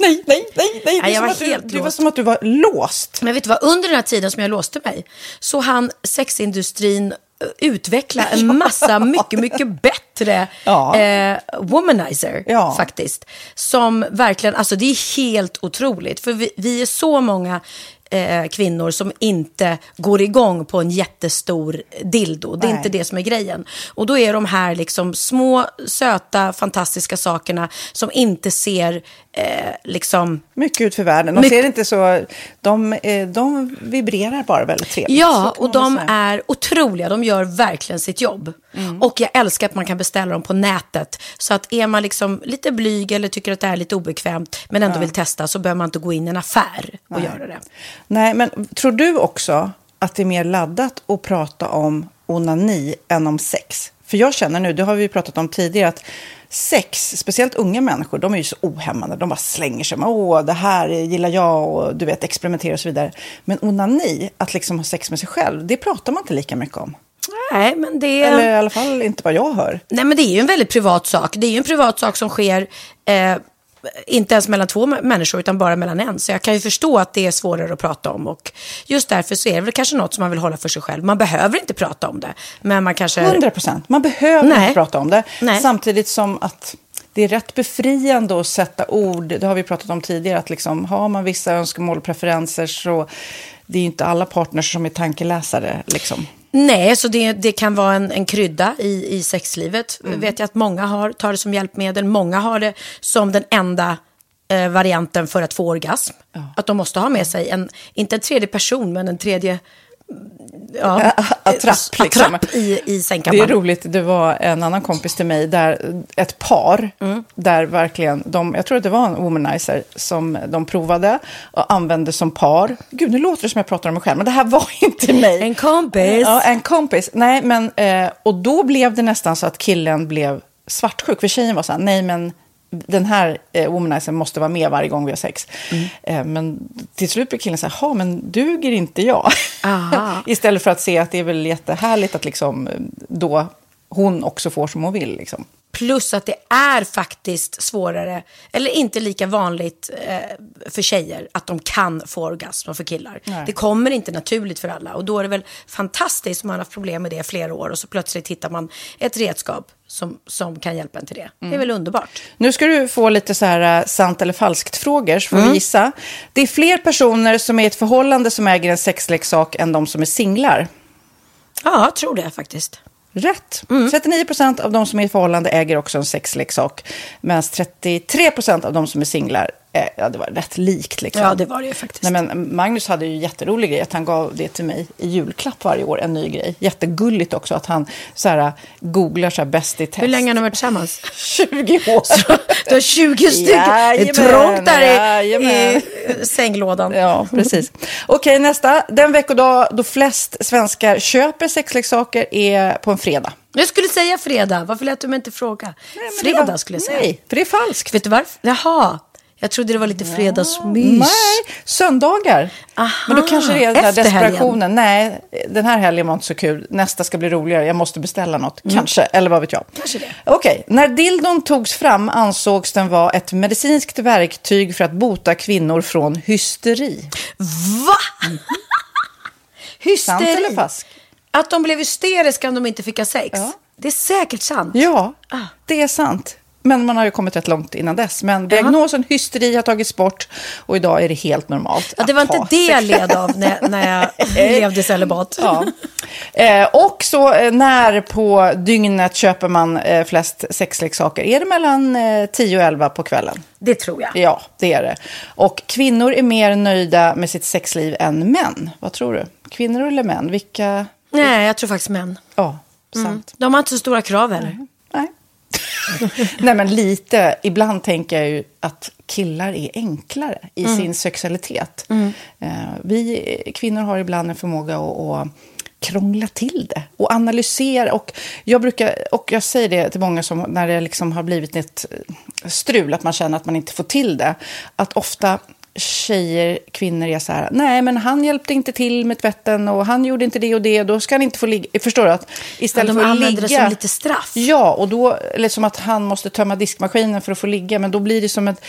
Det var som att du var låst. Men vet du vad, under den här tiden som jag låste mig så hann sexindustrin utveckla en massa mycket bättre womanizer faktiskt. Som verkligen, alltså det är helt otroligt. För vi är så många kvinnor som inte går igång på en jättestor dildo. Det är inte det som är grejen. Och då är de här liksom små, söta, fantastiska sakerna som inte ser liksom... mycket ut för världen. De ser inte så... De vibrerar bara väldigt trevligt. Ja, och de är otroliga. De gör verkligen sitt jobb. Och jag älskar att man kan beställa dem på nätet. Så att är man liksom lite blyg eller tycker att det är lite obekvämt men ändå vill testa, så behöver man inte gå in i en affär och göra det. Nej, men tror du också att det är mer laddat att prata om onani än om sex? För jag känner nu, det har vi pratat om tidigare, att sex, speciellt unga människor, de är ju så ohämmande. De bara slänger sig med, det här gillar jag och du vet, experimentera och så vidare. Men onani, att liksom ha sex med sig själv, det pratar man inte lika mycket om. Nej, men det... Eller i alla fall inte vad jag hör. Nej, men det är ju en väldigt privat sak. Det är ju en privat sak som sker... inte ens mellan två människor utan bara mellan en. Så jag kan ju förstå att det är svårare att prata om. Och just därför så är det väl kanske något som man vill hålla för sig själv. Man behöver inte prata om det. Men man kanske... 100%. Man behöver inte prata om det. Nej. Samtidigt som att det är rätt befriande att sätta ord. Det har vi pratat om tidigare. Att liksom, har man vissa önskemål och preferenser så det är ju inte alla partners som är tankeläsare liksom. Nej, så det kan vara en krydda i sexlivet. Vet jag att många tar det som hjälpmedel. Många har det som den enda varianten för att få orgasm. Ja. Att de måste ha med sig inte en tredje person, men en tredje... attrapp i sängkammaren. Det är roligt, det var en annan kompis till mig där ett par där verkligen jag tror att det var en womanizer som de provade och använde som par. Gud, nu låter det som jag pratar om mig själv, men det här var inte mig. En kompis. Ja, en kompis. Nej, men och då blev det nästan så att killen blev svartsjuk, för tjejen var så här, nej men den här womanizern måste vara med varje gång vi har sex. Men till slut blir killen så här, men duger inte jag? Istället för att se att det är väl jättehärligt att liksom då hon också får som hon vill liksom. Plus att det är faktiskt svårare, eller inte lika vanligt för tjejer att de kan få orgasm för killar. Nej. Det kommer inte naturligt för alla. Och då är det väl fantastiskt om man har haft problem med det i flera år och så plötsligt hittar man ett redskap som kan hjälpa en till det. Det är väl underbart. Nu ska du få lite så här sant eller falskt frågor, så får vi gissa. Det är fler personer som är i ett förhållande som äger en sexleksak än de som är singlar. Ja, jag tror det faktiskt. Rätt. 39% av de som är i förhållande äger också en sexleksak. Medan 33% av de som är singlar, det var rätt likt liksom. Ja, det var det ju faktiskt. Nej, men Magnus hade ju jätterolig grej att han gav det till mig i julklapp varje år, en ny grej. Jättegulligt också att han så här, googlar så här bäst i test. Hur länge har ni varit tillsammans? 20 år. Så, du har 20 stycken. Det är trångt där i sänglådan. Ja, precis. Okej, nästa. Den veckodag då flest svenskar köper sexleksaker är på en fredag. Jag skulle säga fredag. Varför lät du mig inte fråga? Nej, fredag skulle jag säga. Nej, för det är falskt. Vet du varför? Jaha. Jag trodde det var lite fredagsmys. Nej, söndagar. Aha, men då kanske det är den där desperationen. Helgen. Nej, den här helgen var inte så kul. Nästa ska bli roligare. Jag måste beställa något. Kanske, eller vad vet jag. Kanske det. Okej, när dildon togs fram ansågs den vara ett medicinskt verktyg för att bota kvinnor från hysteri. Va? Hysteri? Sant eller falskt? Att de blev hysteriska om de inte fick ha sex. Ja. Det är säkert sant. Ja, det är sant. men man har ju kommit rätt långt innan dess. Men diagnosen hysteri har tagits bort och idag är det helt normalt. Ja, det var inte det jag led av när jag levde i celibat. Ja. Och så när på dygnet köper man flest sexleksaker? Är det mellan 10 och 11 på kvällen? Det tror jag. Ja, det är det. Och kvinnor är mer nöjda med sitt sexliv än män. Vad tror du? Kvinnor eller män? Vilka? Nej, jag tror faktiskt män. Ja, sant. De har inte så stora krav heller. Nej. Nej, men lite. Ibland tänker jag ju att killar är enklare i sin sexualitet. Vi kvinnor har ibland en förmåga att krångla till det och analysera. Och jag säger det till många som när det liksom har blivit ett strul, att man känner att man inte får till det. Att ofta kvinnor är så här, nej men han hjälpte inte till med tvätten och han gjorde inte det och det, då ska han inte få ligga. Förstår du? Att istället för att ligga, det som lite straff. Ja, och då eller som att han måste tömma diskmaskinen för att få ligga, men då blir det som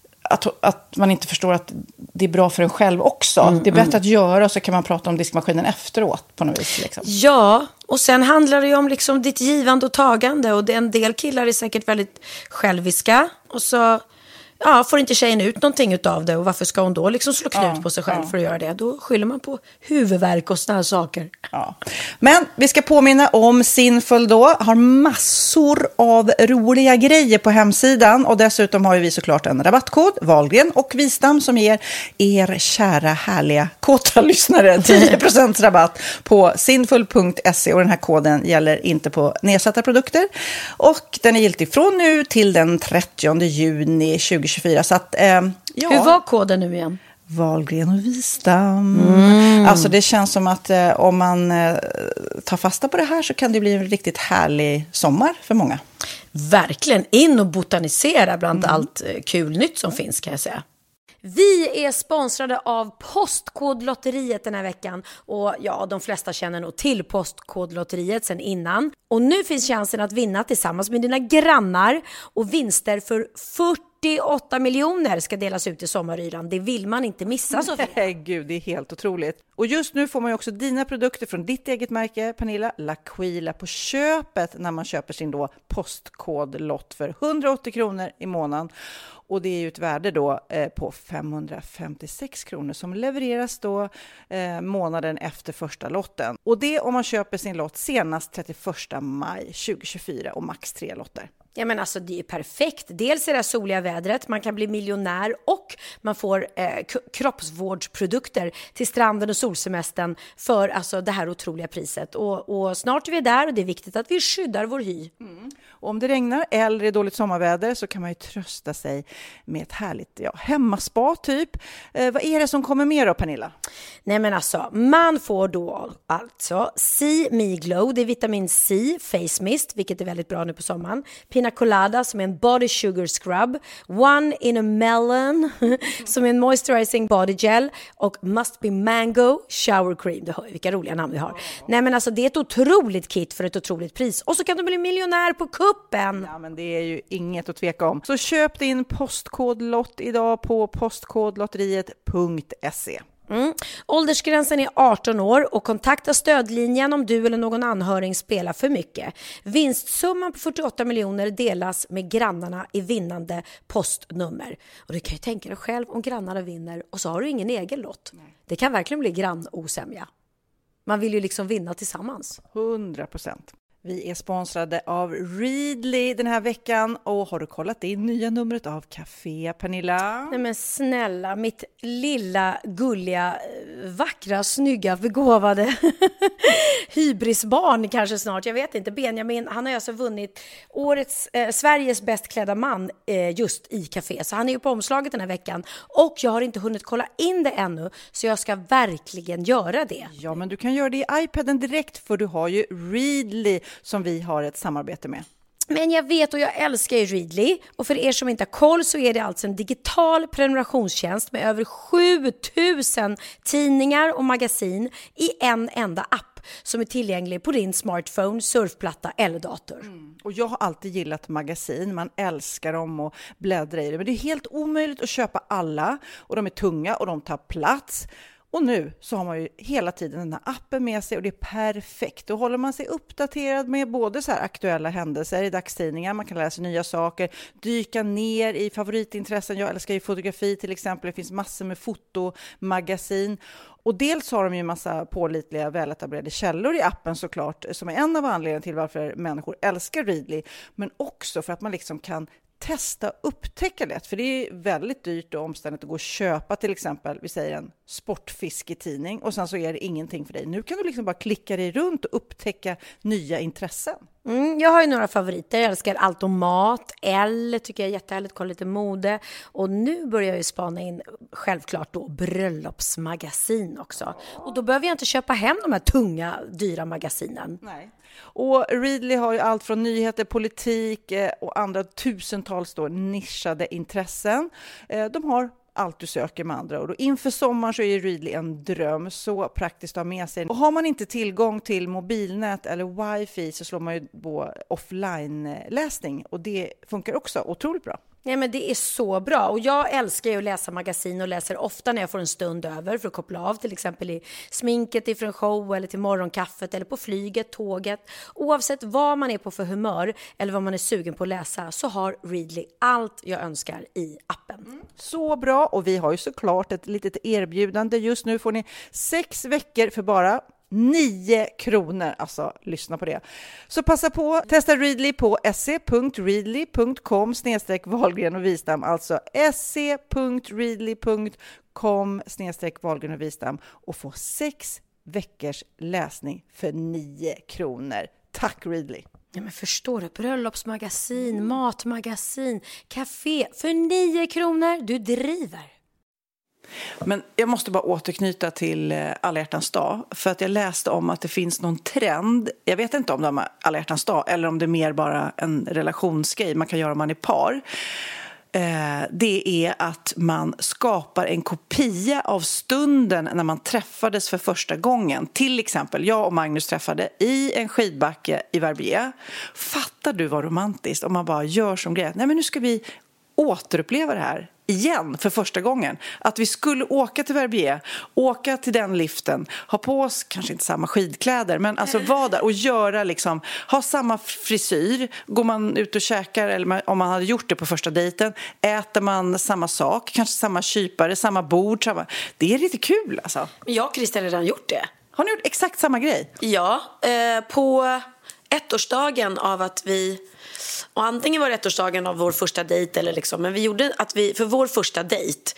att man inte förstår att det är bra för en själv också. Det är bättre att göra, och så kan man prata om diskmaskinen efteråt på något vis. Liksom. Ja, och sen handlar det ju om liksom ditt givande och tagande. Och en del killar är säkert väldigt själviska. Och så får inte tjejen ut någonting utav det. Och varför ska hon då liksom slå knut på sig själv för att göra det? Då skyller man på huvudvärk och såna här saker. Ja. Men vi ska påminna om Sinful då. Har massor av roliga grejer på hemsidan. Och dessutom har vi såklart en rabattkod, Wahlgren och Wistam, som ger er kära, härliga, kåta lyssnare 10% rabatt på sinful.se. Och den här koden gäller inte på nedsatta produkter. Och den är giltig från nu till den 30 juni 2024. Så att, Hur var koden nu igen? Wahlgren och Wistam. Alltså det känns som att om man tar fasta på det här så kan det bli en riktigt härlig sommar för många. Verkligen, in och botanisera bland allt kul nytt som finns, kan jag säga. Vi är sponsrade av Postkodlotteriet den här veckan. Och ja, de flesta känner nog till Postkodlotteriet sedan innan. Och nu finns chansen att vinna tillsammans med dina grannar. Och vinster för 48 miljoner ska delas ut i sommaryran. Det vill man inte missa, Sofia. Nej, gud, det är helt otroligt. Och just nu får man ju också dina produkter från ditt eget märke, Pernilla, L'Aquila, på köpet när man köper sin då postkodlott för 180 kronor i månaden. Och det är ju ett värde då på 556 kronor som levereras då månaden efter första lotten. Och det om man köper sin lott senast 31 maj 2024 och max 3 lotter. Ja, men alltså det är perfekt. Dels är det soliga vädret, man kan bli miljonär och man får kroppsvårdsprodukter till stranden och solsemestern för alltså det här otroliga priset. Och snart är vi där och det är viktigt att vi skyddar vår hy. Och om det regnar eller är dåligt sommarväder så kan man ju trösta sig med ett härligt hemmaspa typ. Vad är det som kommer mer då, Pernilla? Nej, men alltså man får då alltså See Me Glow, det är vitamin C face mist, vilket är väldigt bra nu på sommaren. Pina Colada som är en body sugar scrub, One in a Melon som är en moisturizing body gel och Must Be Mango shower cream. Du hör ju vilka roliga namn vi har. Nej, men alltså det är ett otroligt kit för ett otroligt pris. Och så kan du bli miljonär på kuppen. Ja, men det är ju inget att tveka om. Så köp din postkodlott idag på postkodlotteriet.se. Åldersgränsen är 18 år och kontakta stödlinjen om du eller någon anhörig spelar för mycket. Vinstsumman på 48 miljoner delas med grannarna i vinnande postnummer. Och du kan ju tänka dig själv om grannarna vinner och så har du ingen egen lott. Nej. Det kan verkligen bli grannosämja. Man vill ju liksom vinna tillsammans. 100%. Vi är sponsrade av Readly den här veckan. Och har du kollat det nya numret av Café, Pernilla? Nej men snälla, mitt lilla, gulliga, vackra, snygga, begåvade hybrisbarn kanske snart. Jag vet inte. Benjamin, han har alltså vunnit årets Sveriges bäst klädda man just i Café. Så han är ju på omslaget den här veckan. Och jag har inte hunnit kolla in det ännu. Så jag ska verkligen göra det. Ja, men du kan göra det i iPaden direkt för du har ju Readly som vi har ett samarbete med. Men jag vet och jag älskar ju Readly. Och för er som inte har koll så är det alltså en digital prenumerationstjänst med över 7000 tidningar och magasin i en enda app som är tillgänglig på din smartphone, surfplatta eller dator. Och jag har alltid gillat magasin. Man älskar dem och bläddra i det. Men det är helt omöjligt att köpa alla. Och de är tunga och de tar plats. Och nu så har man ju hela tiden den här appen med sig och det är perfekt. Då håller man sig uppdaterad med både så här aktuella händelser i dagstidningar, man kan läsa nya saker, dyka ner i favoritintressen. Jag älskar ju fotografi till exempel, det finns massor med fotomagasin. Och dels har de ju en massa pålitliga, väletablerade källor i appen såklart, som är en av anledningarna till varför människor älskar Readly, men också för att man liksom kan testa upptäcka lätt, för det är väldigt dyrt och omständigt att gå och köpa till exempel, vi säger en sportfisketidning och sen så är det ingenting för dig. Nu kan du liksom bara klicka dig runt och upptäcka nya intressen. Jag har ju några favoriter. Jag älskar allt om mat. Elle tycker jag är jättehärligt. Kolla lite mode. Och nu börjar jag ju spana in självklart då bröllopsmagasin också. Och då behöver jag inte köpa hem de här tunga, dyra magasinen. Nej. Och Readly har ju allt från nyheter, politik och andra tusentals då nischade intressen. De har allt du söker med andra ord. Och inför sommar så är Readly en dröm, så praktiskt att ha med sig. Och har man inte tillgång till mobilnät eller wifi så slår man ju på offline-läsning och det funkar också otroligt bra. Ja, men det är så bra och jag älskar ju att läsa magasin och läser ofta när jag får en stund över för att koppla av, till exempel i sminket inför en show eller till morgonkaffet eller på flyget, tåget. Oavsett vad man är på för humör eller vad man är sugen på att läsa så har Readly allt jag önskar i appen. Så bra, och vi har ju såklart ett litet erbjudande. Just nu får ni 6 veckor för bara 9 kronor, alltså lyssna på det. Så passa på, testa Readly på se.readly.com/Wahlgren och Wistam, alltså se.readly.com/Wahlgren och Wistam och få 6 veckors läsning för 9 kronor. Tack Readly! Ja, men förstår du? Bröllopsmagasin, matmagasin, café för 9 kronor. Du driver. Men jag måste bara återknyta till Alla hjärtans dag. För att jag läste om att det finns någon trend. Jag vet inte om det är Alla hjärtans dag eller om det är mer bara en relationsgrej man kan göra om man är par. Det är att man skapar en kopia av stunden när man träffades för första gången. Till exempel, jag och Magnus träffade i en skidbacke i Verbier. Fattar du vad romantiskt om man bara gör som grej? Nej, men nu ska vi återuppleva det här igen för första gången. Att vi skulle åka till Verbier, åka till den liften, ha på oss kanske inte samma skidkläder, men alltså vara där och göra liksom, ha samma frisyr. Går man ut och käkar, eller om man hade gjort det på första dejten, äter man samma sak, kanske samma kypare, samma bord, samma. Det är lite kul alltså. Jag och Christian har redan gjort det. Har ni gjort exakt samma grej? Ja, på ettårsdagen av att vi... Och antingen var det ettårsdagen av vår första dejt eller liksom, men vi gjorde att vi för vår första dejt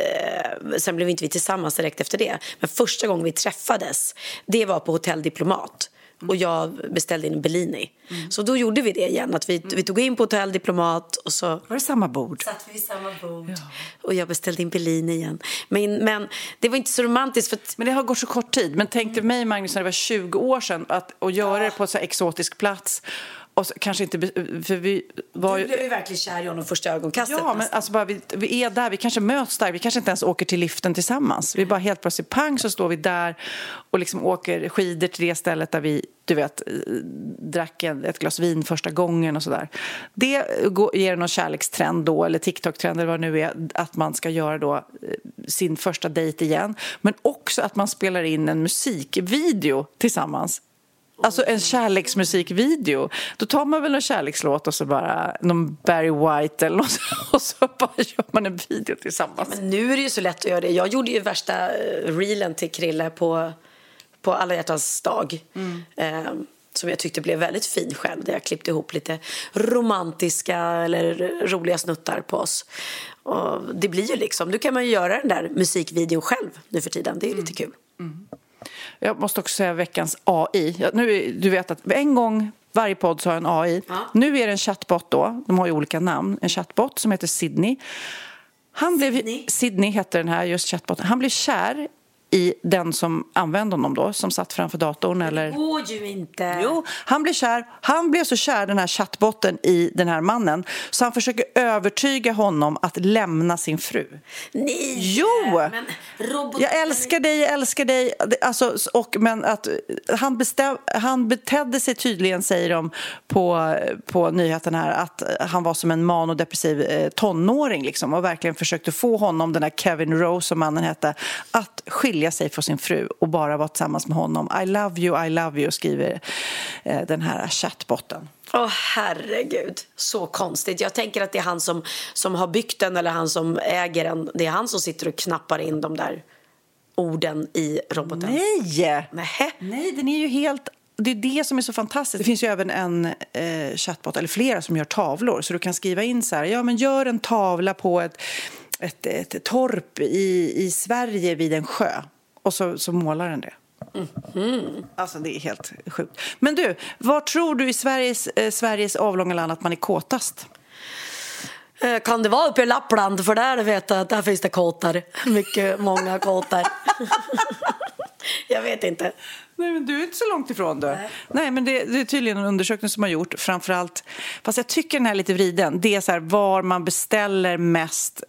sen blev inte vi tillsammans direkt efter det, men första gången vi träffades det var på Hotell Diplomat och jag beställde in en Bellini. Så då gjorde vi det igen, att vi tog in på Hotell Diplomat och så var det samma bord. Satt vi vid samma bord. Ja. Och jag beställde in Bellini igen. Men det var inte så romantiskt för att... Men det har gått så kort tid. Men tänk dig mig, Magnus, när det var 20 år sedan att göra det på en så här exotisk plats. Och så, kanske inte, för vi var ju... Du blev ju verkligen kär i honom första ögonkastet. Ja, men alltså bara vi är där, vi kanske möts där, vi kanske inte ens åker till liften tillsammans. Vi bara helt plötsligt pang så står vi där och liksom åker skidor till det stället där vi, du vet, drack ett glas vin första gången och sådär. Det ger någon kärlekstrend då, eller TikTok-trend eller vad det nu är, att man ska göra då sin första dejt igen. Men också att man spelar in en musikvideo tillsammans. Alltså en kärleksmusikvideo. Då tar man väl en kärlekslåt och så bara någon Barry White eller något, och så bara gör man en video tillsammans. Men nu är det ju så lätt att göra det. Jag gjorde ju värsta reelen till Krille på Alla hjärtans dag. Som jag tyckte blev väldigt fin själv. Där jag klippte ihop lite romantiska eller roliga snuttar på oss. Och det blir ju liksom, du kan man ju göra den där musikvideon själv nu för tiden. Det är ju lite kul. Jag måste också säga veckans AI. Nu, du vet att en gång varje podd så har en AI. Ja. Nu är det en chatbot då. De har ju olika namn. En chatbot som heter Sydney. Sydney heter den här just chatboten. Han blev kär i den som använde honom då, som satt framför datorn. Eller... Det går ju inte. Jo, han blev kär. Han blev så kär, den här chattbotten, i den här mannen. Så han försöker övertyga honom att lämna sin fru. Nej! Jo! Men jag älskar dig. Alltså, men att han betedde sig tydligen, säger de på nyheten här, att han var som en manodepressiv tonåring liksom, och verkligen försökte få honom, den här Kevin Rose som mannen hette, att skilja skilja sig från sin fru och bara vara tillsammans med honom. I love you, skriver den här chattbotten. Herregud, så konstigt. Jag tänker att det är han som har byggt den eller han som äger den. Det är han som sitter och knappar in de där orden i roboten. Nej, den är ju helt... Det är det som är så fantastiskt. Det finns ju även en chatbot, eller flera, som gör tavlor. Så du kan skriva in så här, men gör en tavla på ett torp i Sverige vid en sjö. Och så målar den det. Mm-hmm. Alltså det är helt sjukt. Men du, var tror du i Sveriges avlånga land att man är kåtast? Kan det vara uppe i Lappland? För där vet jag att där finns det kåtar. Mycket, många kåtar. Jag vet inte. Nej, men du är inte så långt ifrån då. Nej, men det är tydligen en undersökning som har gjort. Framförallt, fast jag tycker den här är lite vriden. Det är så här, var man beställer mest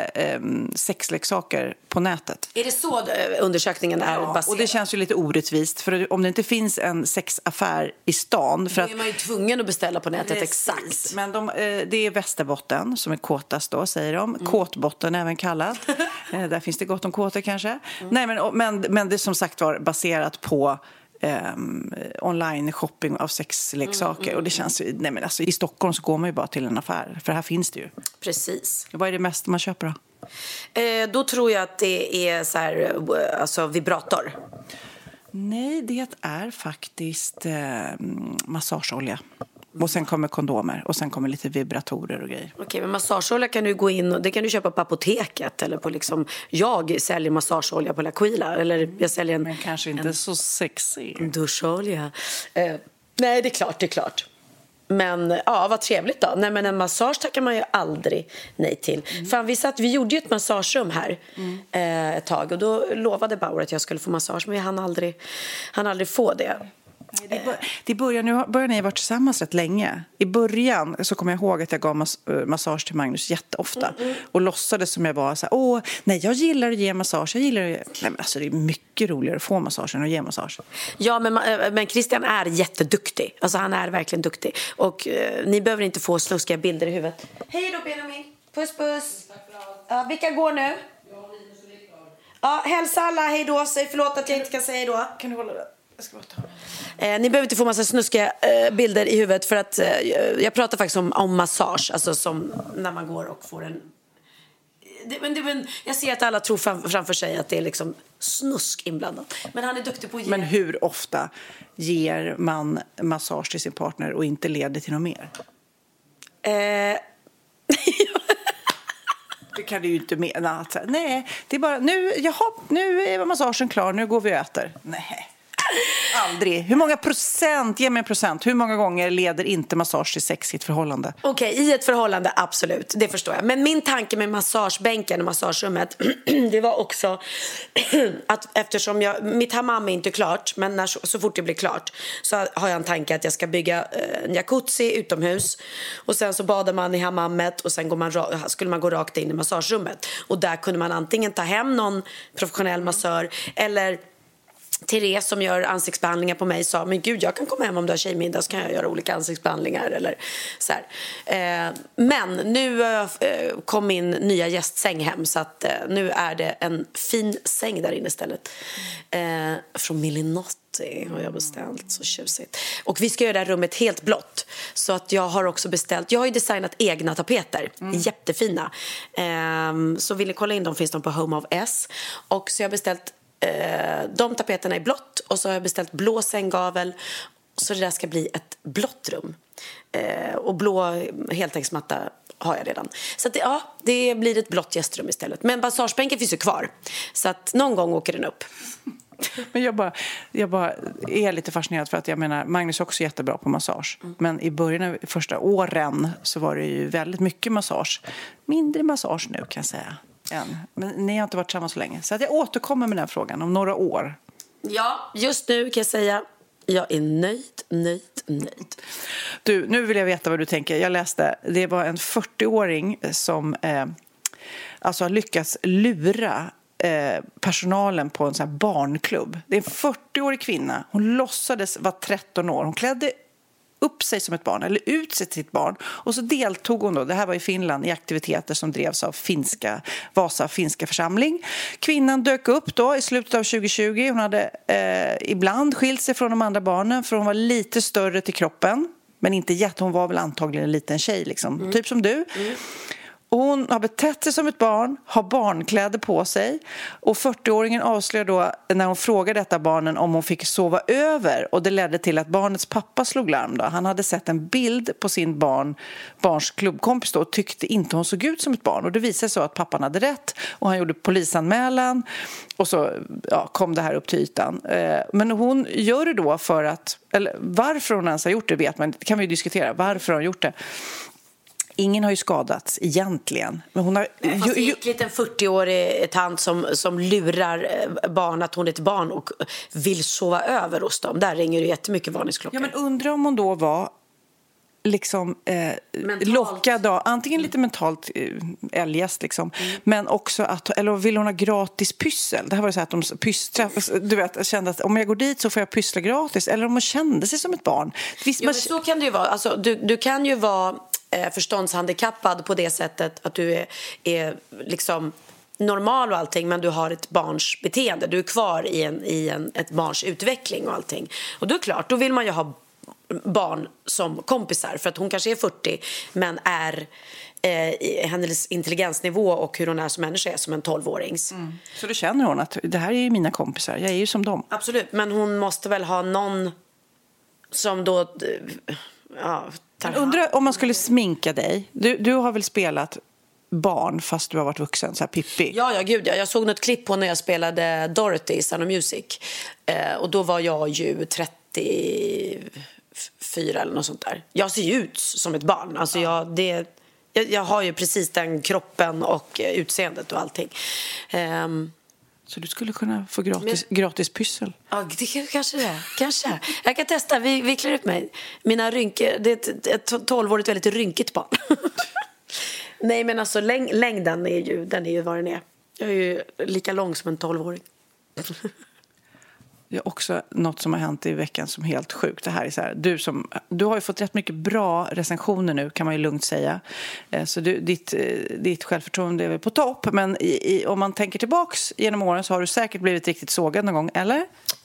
sexleksaker på nätet. Är det så undersökningen är baserad? Och det känns ju lite orättvist. För om det inte finns en sexaffär i stan... För då är man ju tvungen att beställa på nätet. Precis. Exakt. Men det är Västerbotten som är kåtast då, säger de. Kåtbotten även kallad. Där finns det gott om kåtor kanske. Nej, men det är som sagt var baserat på online shopping av sexleksaker. Och det känns ju, nej men alltså i Stockholm så går man ju bara till en affär, för här finns det ju. Precis. Vad är det mest man köper då? Då tror jag att det är så här, alltså vibrator. Nej, det är faktiskt massageolja. Och sen kommer kondomer och sen kommer lite vibratorer och grejer. Okej, men massageolja kan du gå in och det kan du köpa på apoteket eller på liksom, jag säljer massageolja på L'Aquila eller jag säljer men kanske inte så sexy. Duscholja. Nej, det är klart. Men ja, vad trevligt då. Nej, men en massage tackar man ju aldrig nej till. Fan, vi gjorde ju ett massagerum här ett tag och då lovade Bauer att jag skulle få massage, men han aldrig få det. Nu börjar ni vara tillsammans rätt länge. I början så kommer jag ihåg att jag gav massage till Magnus jätteofta. Och låtsades som jag var så här, nej, jag gillar att ge massage. Nej, men alltså det är mycket roligare att få massage än att ge massage. Ja, men Christian är jätteduktig. Alltså han är verkligen duktig. Och ni behöver inte få snuskiga bilder i huvudet. Hej då Benjamin, puss. Vilka går nu? Ja, hälsa alla, hej då. Säg förlåt att jag inte kan säga hej då. Kan du hålla det? Ni behöver inte få massa snuskiga bilder i huvudet för att jag pratar faktiskt om massage, alltså som när man går och får en men jag ser att alla tror framför sig att det är liksom snusk inblandat. Men han är duktig på att ge. Men hur ofta ger man massage till sin partner och inte leder till något mer? Det kan du ju inte mena. Nej, det är bara nu är massagen klar, nu går vi och äter. Nej. Aldrig. Hur många procent, ge mig en procent, hur många gånger leder inte massage till sex i ett förhållande? Okej, i ett förhållande, absolut, det förstår jag. Men min tanke med massagebänken och massagerummet, det var också att eftersom mitt hammam är inte klart, men så fort det blir klart så har jag en tanke att jag ska bygga en jacuzzi utomhus och sen så badar man i hammammet och sen skulle man gå rakt in i massagerummet. Och där kunde man antingen ta hem någon professionell massör eller Therese som gör ansiktsbehandlingar på mig sa, men gud, jag kan komma hem om du har tjejmiddag så kan jag göra olika ansiktsbehandlingar eller så här. Men nu kom min nya gästsäng hem så att nu är det en fin säng där inne istället. Från Millinotti har jag beställt, så tjusigt. Och vi ska göra det här rummet helt blått. Så att jag har också beställt, jag har ju designat egna tapeter, jättefina. Så vill ni kolla in dem finns de på Home of S. Och så jag har beställt de tapeterna är blått och så har jag beställt blå sänggavel så det där ska bli ett blått rum och blå heltäcksmatta har jag redan. Så att det blir ett blått gästrum istället. Men massagebänken finns ju kvar så att någon gång åker den upp. Men jag bara är lite fascinerad för att jag menar, Magnus är också jättebra på massage. Men i början av första åren så var det ju väldigt mycket massage. Mindre massage nu kan jag säga. Men ni har inte varit tillsammans så länge. Så att jag återkommer med den här frågan om några år. Ja, just nu kan jag säga jag är nöjd. Du, nu vill jag veta vad du tänker. Jag läste, det var en 40-åring som alltså har lyckats lura personalen på en sån här barnklubb. Det är en 40-årig kvinna. Hon låtsades vara 13 år. Hon klädde upp sig som ett barn eller ut sig till ett barn. Och så deltog hon då, det här var i Finland, i aktiviteter som drevs av Vasa finska församling. Kvinnan dök upp då i slutet av 2020. Hon hade ibland skilt sig från de andra barnen för hon var lite större till kroppen. Men inte jätte, hon var väl antagligen en liten tjej liksom, typ som du. Och hon har betett sig som ett barn, har barnkläder på sig. Och 40-åringen avslöjar då när hon frågar detta barnen om hon fick sova över. Och det ledde till att barnets pappa slog larm då. Han hade sett en bild på sin barns klubbkompis då och tyckte inte hon såg ut som ett barn. Och det visade sig så att pappan hade rätt och han gjorde polisanmälan. Och så kom det här upp till ytan. Men hon gör det då för att, eller varför hon ens har gjort det vet man, det kan vi ju diskutera. Varför hon har gjort det. Ingen har ju skadats egentligen. Men hon har gick en 40-årig tant som lurar barn att hon är ett barn och vill sova över hos dem. Där ringer det jättemycket varningsklockor. Ja, men undrar om hon då var liksom lockad av, antingen lite mentalt eljest liksom, men också att, eller vill hon ha gratis pyssel? Det här var så här att de du vet, kände att om jag går dit så får jag pyssla gratis, eller om hon kände sig som ett barn. Visst, men så kan det ju vara. Alltså, du kan ju vara förståndshandikappad på det sättet att du är liksom normal och allting, men du har ett barns beteende. Du är kvar i ett barns utveckling och allting. Och då är klart, då vill man ju ha barn som kompisar, för att hon kanske är 40 men är hennes intelligensnivå och hur hon är som människa är som en 12-årings. Så då känner hon att det här är ju mina kompisar, jag är ju som dem. Absolut, men hon måste väl ha någon som då men undrar om man skulle sminka dig. Du har väl spelat barn fast du har varit vuxen, så här Pippi. Ja, gud. Jag såg något klipp på när jag spelade Dorothy i Sound of Music. Och då var jag ju 34 eller något sånt där. Jag ser ju ut som ett barn. Alltså jag har ju precis den kroppen och utseendet och allting. Så du skulle kunna få gratis pyssel? Ja, det kanske. Jag kan testa, vi klär upp mig. Mina rynkor, det är ett 12-årigt väldigt rynkigt barn. Nej, men alltså längden är ju vad den är. Jag är ju lika lång som en 12-åring. Det är också något som har hänt i veckan som är helt sjukt. Det här är så här, du har ju fått rätt mycket bra recensioner nu, kan man ju lugnt säga. Så ditt självförtroende är väl på topp. Men om man tänker tillbaks genom åren så har du säkert blivit riktigt sågad någon gång, eller?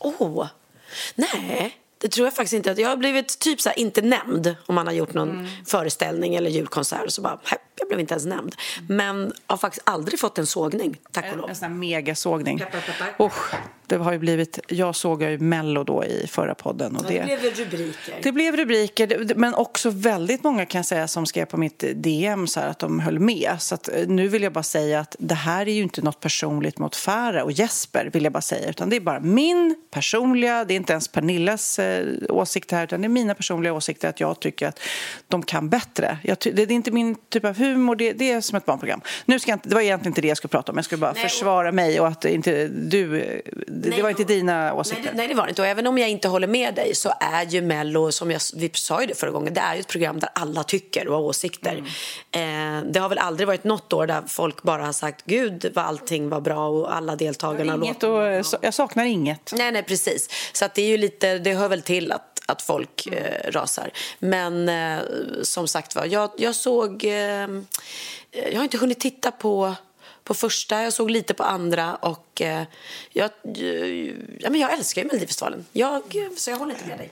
Nej. Det tror jag faktiskt inte. Jag har blivit typ så här inte nämnd om man har gjort någon föreställning eller julkonsert. Så bara, jag blev inte ens nämnd. Men har faktiskt aldrig fått en sågning, tack och lov. En sån här megasågning. Det har ju blivit, jag såg ju Mello då i förra podden. Och det blev rubriker. Det blev rubriker, men också väldigt många kan jag säga som skrev på mitt DM så här att de höll med. Så att nu vill jag bara säga att det här är ju inte något personligt mot Farah och Jesper, vill jag bara säga. Utan det är bara min personliga, det är inte ens Pernillas åsikt här, utan det är mina personliga åsikter att jag tycker att de kan bättre. Det är inte min typ av humor, det är som ett barnprogram. Nu ska jag inte, det var egentligen inte det jag skulle prata om, jag skulle bara försvara mig och att inte du... Det var inte dina åsikter. Nej, det var det inte. Och även om jag inte håller med dig så är ju Mello, som vi sa ju det förra gången, det är ju ett program där alla tycker och har åsikter. Det har väl aldrig varit något år där folk bara har sagt gud vad allting var bra och alla deltagarna jag saknar inget. Nej, precis. Så att det är ju lite, det hör väl till att folk rasar. Men som sagt var, jag såg jag har inte hunnit titta på första, jag såg lite på andra och jag älskar ju Melodifestivalen. Så jag håller inte med dig.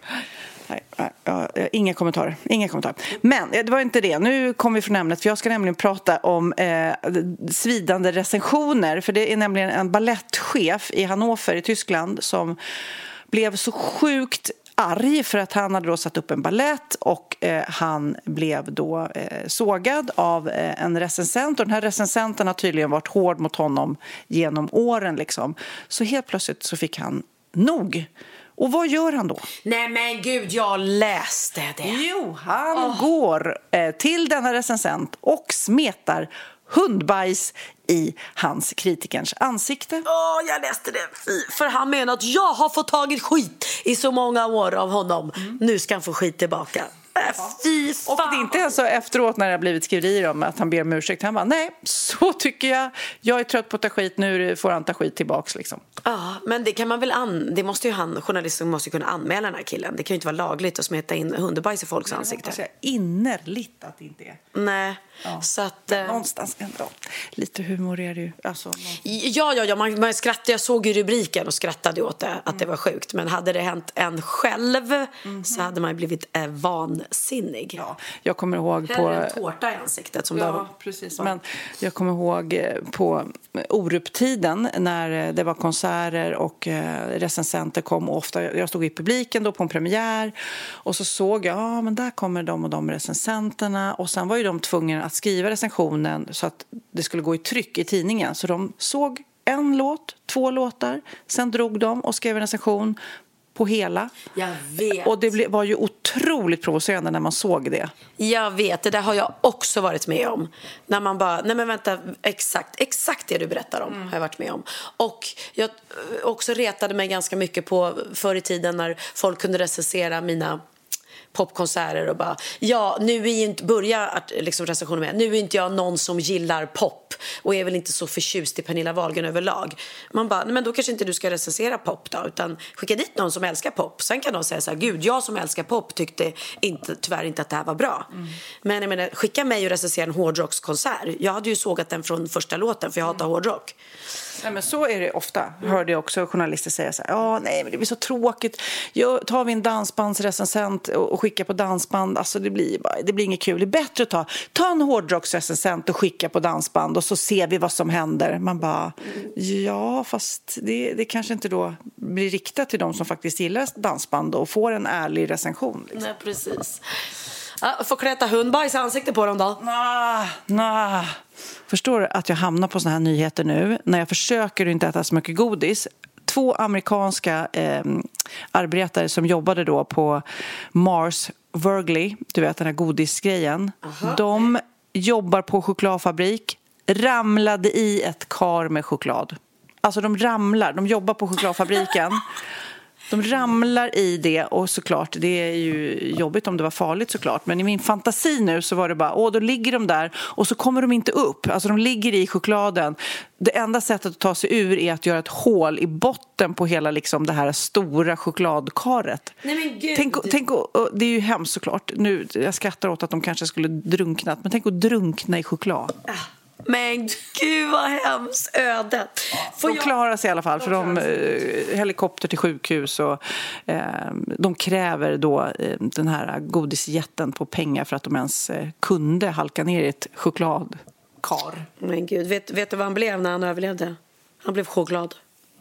Nej, inga kommentarer. Men det var inte det. Nu kommer vi från ämnet, för jag ska nämligen prata om svidande recensioner. För det är nämligen en ballettchef i Hannover i Tyskland som blev så sjukt arg för att han hade då satt upp en ballett och han blev då sågad av en recensent, och den här recensenten har tydligen varit hård mot honom genom åren liksom. Så helt plötsligt så fick han nog. Och vad gör han då? Nej men gud, jag läste det. Jo, han går till denna recensent och smetar hundbajs i hans kritikerns ansikte. Jag läste det. För han menar att jag har fått tagit skit i så många år av honom. Nu ska han få skit tillbaka. Fy fan. Och det är inte ens så efteråt när det har blivit skriverier om att han ber om ursäkt. Han bara, nej, så tycker jag. Jag är trött på att ta skit, nu får han ta skit tillbaks liksom. Ja, men det kan man väl det måste ju journalisten måste ju kunna anmäla den här killen. Det kan ju inte vara lagligt att smeta in hundbajs i folks ansikte. Jag innerligt att det inte är. Nej, så att... någonstans ändå. Lite humor är det ju. Alltså, Ja, man skrattade. Jag såg ju rubriken och skrattade åt det, att det var sjukt. Men hade det hänt en själv så hade man blivit vansinnig. Ja, jag kommer ihåg på... en tårta i ansiktet som ja, precis. Men jag kommer ihåg på Oruptiden när det var konserter och recensenter kom ofta. Jag stod i publiken då på en premiär och så såg jag, men där kommer de och de recensenterna, och sen var ju de tvungna att skriva recensionen så att det skulle gå i tryck i tidningen. Så de såg en låt, 2 låtar, sen drog de och skrev en recension på hela. Jag vet. Och det var ju otroligt provocerande när man såg det. Jag vet, det där har jag också varit med om. När man bara, nej men vänta, exakt det du berättar om har jag varit med om. Och jag också retade mig ganska mycket på förr i tiden när folk kunde recensera mina popkonserter och bara, ja, nu är ju inte, liksom recensionen med, nu är inte jag någon som gillar pop och är väl inte så förtjust i Pernilla Wahlgren överlag. Man bara, nej men då kanske inte du ska recensera pop då, utan skicka dit någon som älskar pop. Sen kan de säga så här, gud, jag som älskar pop tyckte tyvärr inte att det här var bra. Men jag menar, skicka mig och recensera en hårdrockskonsert. Jag hade ju sågat den från första låten, för jag hatar hårdrock. Nej, men så är det ofta. Hörde jag också journalister säga så här, ja, nej, men det blir så tråkigt. Tar vi en dansbandsrecensent och skickar på dansband, alltså det blir inget kul. Det är bättre att ta en hårdrocksrecensent och skicka på dansband och så ser vi vad som händer. Man bara, ja, fast det kanske inte då blir riktat till de som faktiskt gillar dansband och får en ärlig recension. Liksom. Nej, precis. Ja, får kräta hundbajs i ansiktet på dem då? Nej. Förstår du att jag hamnar på såna här nyheter nu när jag försöker inte äta så mycket godis? 2 amerikanska arbetare som jobbade då på Mars Wrigley, du vet den här godisgrejen. De jobbar på chokladfabrik, ramlade i ett kar med choklad. Alltså de jobbar på chokladfabriken. De ramlar i det, och såklart, det är ju jobbigt om det var farligt såklart. Men i min fantasi nu så var det bara, då ligger de där och så kommer de inte upp. Alltså de ligger i chokladen. Det enda sättet att ta sig ur är att göra ett hål i botten på hela liksom det här stora chokladkaret. Nej men gud. Tänk, det är ju hemskt såklart. Nu, jag skrattar åt att de kanske skulle drunknat, men tänk att drunkna i choklad. Men gud vad hemskt öde. De klarar sig i alla fall, för de helikopter till sjukhus och de kräver då den här godisjätten på pengar för att de ens kunde halka ner i ett chokladkar. Men gud, vet du vad han blev när han överlevde? Han blev choklad.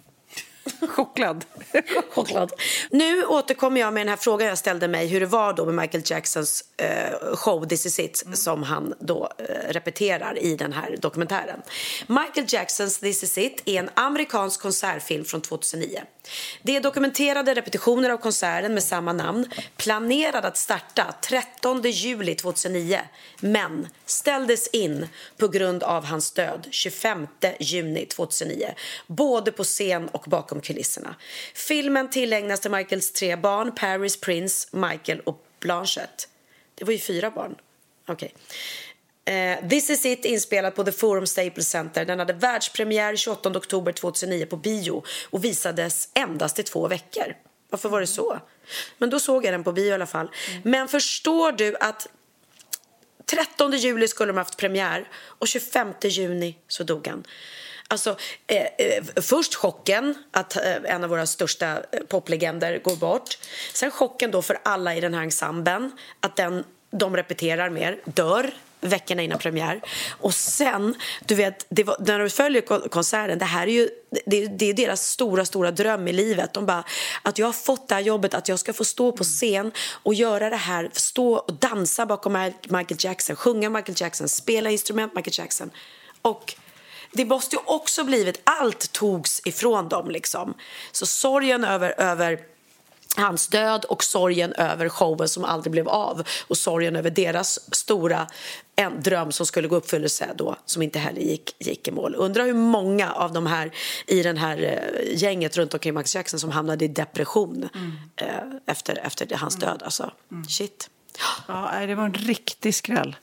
Choklad. Nu återkommer jag med den här frågan jag ställde mig, hur det var då med Michael Jacksons show This Is It, som han då repeterar i den här dokumentären. Michael Jacksons This Is It är en amerikansk konsertfilm från 2009. Det är dokumenterade repetitioner av konserten med samma namn, planerad att starta 13 juli 2009, men ställdes in på grund av hans död 25 juni 2009, både på scen och bakom kulisserna. Filmen tillägnas till Michaels 3 barn, Paris, Prince, Michael och Blanchett. Det var ju 4 barn. Okej. This Is It inspelad på The Forum Staples Center. Den hade världspremiär 28 oktober 2009 på bio och visades endast i 2 veckor. Varför var det så? Men då såg jag den på bio i alla fall. Men förstår du att 13 juli skulle de haft premiär och 25 juni så dog han. Alltså, först chocken att en av våra största poplegender går bort. Sen chocken då för alla i den här ensemblen att de repeterar mer, dör veckorna innan premiär. Och sen, du vet, när du följer konserten, det här är ju det är deras stora dröm i livet. De bara, att jag har fått det här jobbet, att jag ska få stå på scen och göra det här, stå och dansa bakom Michael Jackson, sjunga Michael Jackson, spela instrument Michael Jackson. Och det måste ju också blivit, allt togs ifrån dem liksom. Så sorgen över hans död och sorgen över showen som aldrig blev av och sorgen över deras stora dröm som skulle gå uppfyllelse då, som inte heller gick i mål. Undrar hur många av de här i den här gänget runt omkring Michael Jackson som hamnade i depression efter hans död. Alltså, shit. Ja, det var en riktig skräll.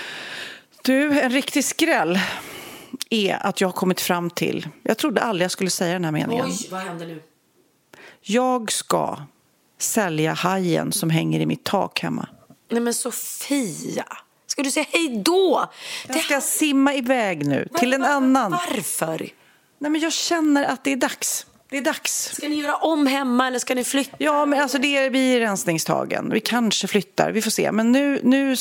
Du, en riktig skräll är att jag har kommit fram till... Jag trodde aldrig jag skulle säga den här meningen. Oj, vad händer nu? Jag ska sälja hajen som hänger i mitt tak hemma. Nej men Sofia, ska du säga hej då? Jag ska simma iväg nu till en annan. Varför? Nej, men jag känner att det är dags. Det är dags. Ska ni göra om hemma eller ska ni flytta? Ja, men alltså det är vi i rensningstagen. Vi kanske flyttar, vi får se. Men nu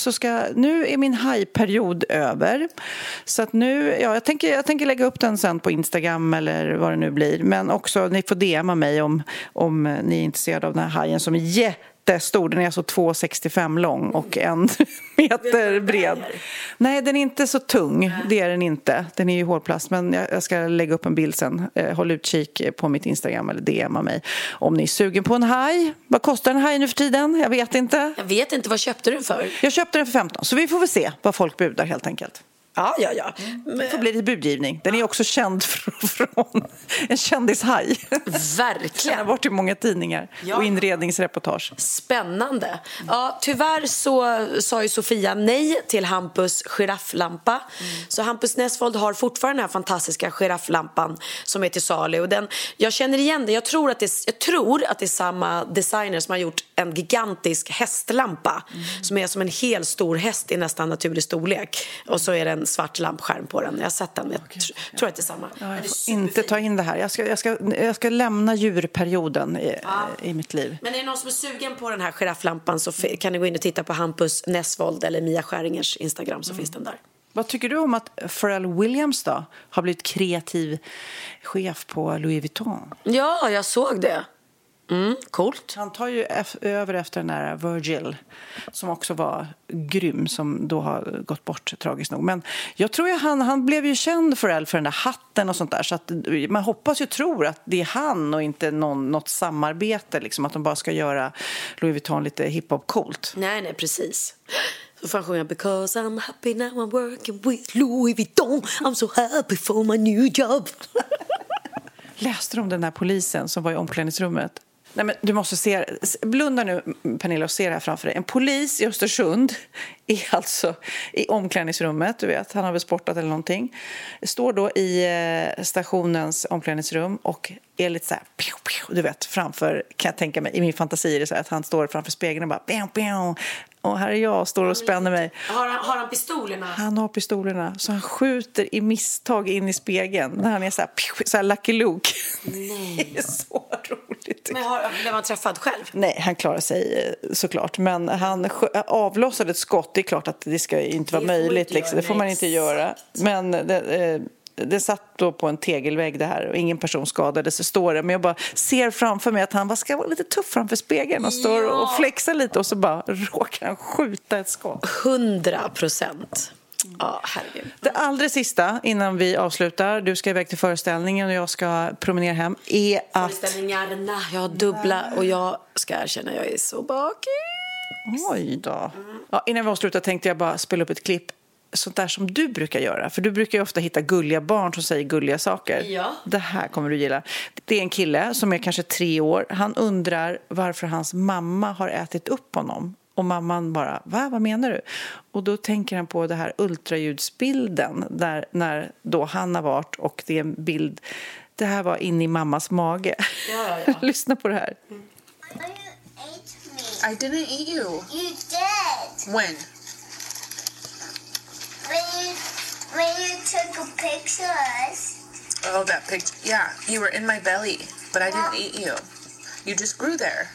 är min hajperiod över. Så att nu, ja, jag tänker lägga upp den sen på Instagram eller vad det nu blir. Men också, ni får DMa mig om ni är intresserade av den här hajen som är jättestor. Den är alltså 2,65 lång och 1 meter bred. Nej, den är inte så tung. Det är den inte. Den är ju hårplast, men jag ska lägga upp en bild sen. Håll utkik på mitt Instagram eller DMa mig om ni är sugen på en haj. Vad kostar en haj nu för tiden? Jag vet inte. Jag vet inte, vad köpte du för? Jag köpte den för 15, så vi får väl se vad folk budar helt enkelt. Ja. Det får bli lite budgivning. Den är också känd från en kändishaj. Verkligen. Den har varit i många tidningar och inredningsreportage. Spännande. Ja, tyvärr så sa ju Sofia nej till Hampus girafflampa. Så Hampus Nessvold har fortfarande den här fantastiska girafflampan som är till salu. Och jag känner igen det. Jag tror att det är samma designer som har gjort en gigantisk hästlampa. Som är som en hel stor häst i nästan naturlig storlek. Och så är det en svart lampskärm på den. Jag har sett den. Jag tror att det är samma. Ja, jag får inte ta in det här. Jag ska lämna djurperioden i mitt liv. Men är det någon som är sugen på den här girafflampan så kan ni gå in och titta på Hampus Nessvold eller Mia Skäringers Instagram så finns den där. Vad tycker du om att Pharrell Williams då har blivit kreativ chef på Louis Vuitton? Ja, jag såg det. Coolt. Han tar ju över efter den där Virgil som också var grym, som då har gått bort tragiskt nog. Men jag tror ju han blev ju känd för den där hatten och sånt där, så att man hoppas ju tror att det är han och inte något samarbete liksom, att de bara ska göra Louis Vuitton lite hiphop coolt. Nej, precis. Så får han sjunga Because I'm happy now I'm working with Louis Vuitton, I'm so happy for my new job. Läste du om den här polisen som var i omklädningsrummet? Nej, men du måste se, blunda nu Pernilla och se det här framför dig. En polis i Östersund är alltså i omklädningsrummet, du vet, han har väl sportat eller någonting. Står då i stationens omklädningsrum och är lite så här, du vet, framför, kan jag tänka mig, i min fantasi är det så här att han står framför spegeln och bara, och här är jag, står och spänner mig. Har han pistolerna? Han har pistolerna, så han skjuter i misstag in i spegeln när han är så här Lucky Luke. Nej. Det är så roligt. Men blev han träffad själv? Nej, han klarar sig såklart. Men han avlossade ett skott. Det är klart att det ska inte vara möjligt. Liksom. Det får man inte göra. Men det satt då på en tegelvägg det här och ingen person skadades, så står det. Men jag bara ser framför mig att han ska vara lite tuff framför spegeln och står och flexar lite och så bara råkar han skjuta ett skott. 100%. Ja, herregud. Det allra sista innan vi avslutar, du ska iväg till föreställningen och jag ska promenera hem, är att... Föreställningarna, jag har dubbla och jag ska erkänna, jag är så bakis. Oj då. Ja, innan vi avslutar tänkte jag bara spela upp ett klipp, sånt där som du brukar göra. För du brukar ju ofta hitta gulliga barn som säger gulliga saker. Ja. Det här kommer du gilla. Det är en kille som är kanske 3 år. Han undrar varför hans mamma har ätit upp honom. Och mamman bara, vad menar du? Och då tänker han på det här ultraljudsbilden där när då han har varit, och det är en bild, det här var inne i mammas mage. Ja. Lyssna på det här. I didn't eat you. You did. When? When you took a picture of us. Oh, that picture. Yeah, you were in my belly, but I didn't eat you. You just grew there.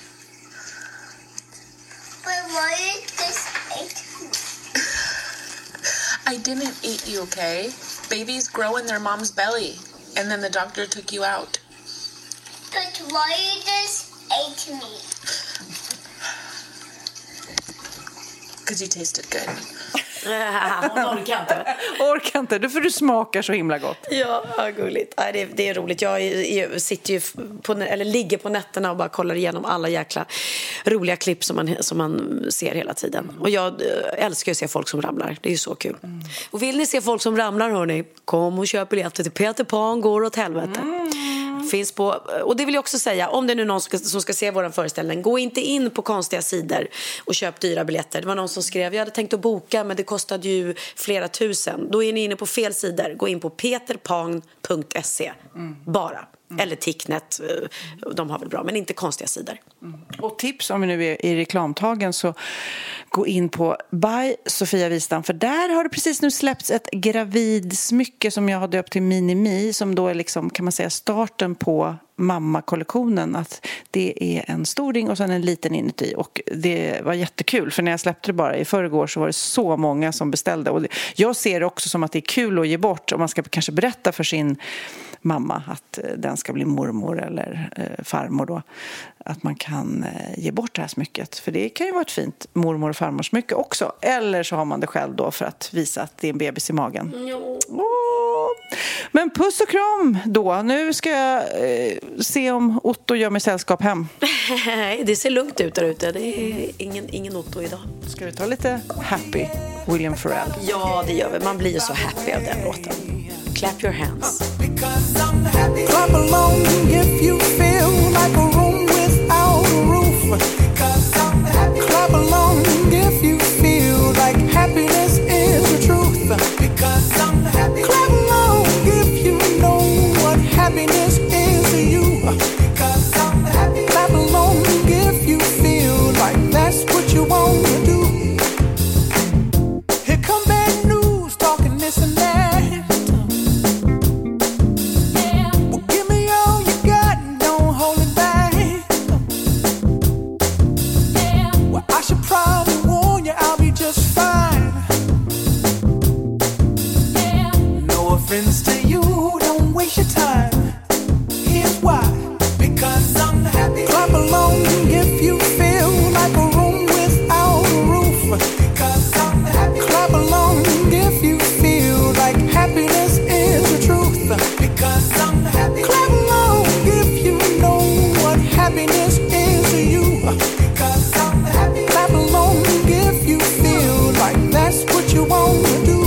But why you just ate me? I didn't eat you, okay? Babies grow in their mom's belly, and then the doctor took you out. But why you just ate me? Because you tasted good. Hon Orkar inte, då för du smakar så himla gott. Ja, gulligt. Det är roligt. Jag sitter ju ligger på nätterna och bara kollar igenom alla jäkla roliga klipp som man ser hela tiden. Och jag älskar att se folk som ramlar. Det är ju så kul. Och vill ni se folk som ramlar, hörni, kom och köp biljetter till Peter Pan går åt helvete. Finns på, och det vill jag också säga, om det är nu någon som ska se våran föreställning, gå inte in på konstiga sidor och köp dyra biljetter. Det var någon som skrev, jag hade tänkt att boka men det kostade ju flera tusen. Då är ni inne på fel sidor. Gå in på peterpan.se bara. Eller Ticknet, de har väl bra, men inte konstiga sidor. Och tips om vi nu är i reklamtagen, så gå in på By Sofia Wistam, för där har det precis nu släppts ett gravidsmycke som jag har döpt till Mini-Mi, som då är liksom, kan man säga, starten på mamma-kollektionen. Att det är en stor ring och sen en liten inuti, och det var jättekul, för när jag släppte det bara i förrgår så var det så många som beställde, och jag ser det också som att det är kul att ge bort, om man ska kanske berätta för sin mamma att den ska bli mormor eller farmor då, att man kan ge bort det här smycket, för det kan ju vara ett fint mormor- och farmorsmycke också, eller så har man det själv då för att visa att det är en bebis i magen. Men puss och kram då. Nu ska jag se om Otto gör mig sällskap hem. Det ser lugnt ut där ute. Det är ingen Otto idag. Ska vi ta lite Happy William Ferrell? Ja, det gör vi. Man blir ju så happy av den låten. Clap your hands. Clap along if you feel like a room without a roof. Clap along if you feel like happiness is the truth. Clap along if you know what happiness is to you. Clap along if you feel like that's what you want to do. Here come bad news, talking this and that. Friends to you, don't waste your time. Here's why. Because I'm happy. Clap along if you feel like a room without a roof. Because I'm happy. Clap along if you feel like happiness is the truth. Because I'm happy. Clap along if you know what happiness is to you. Because I'm happy. Clap along if you feel like that's what you want to do.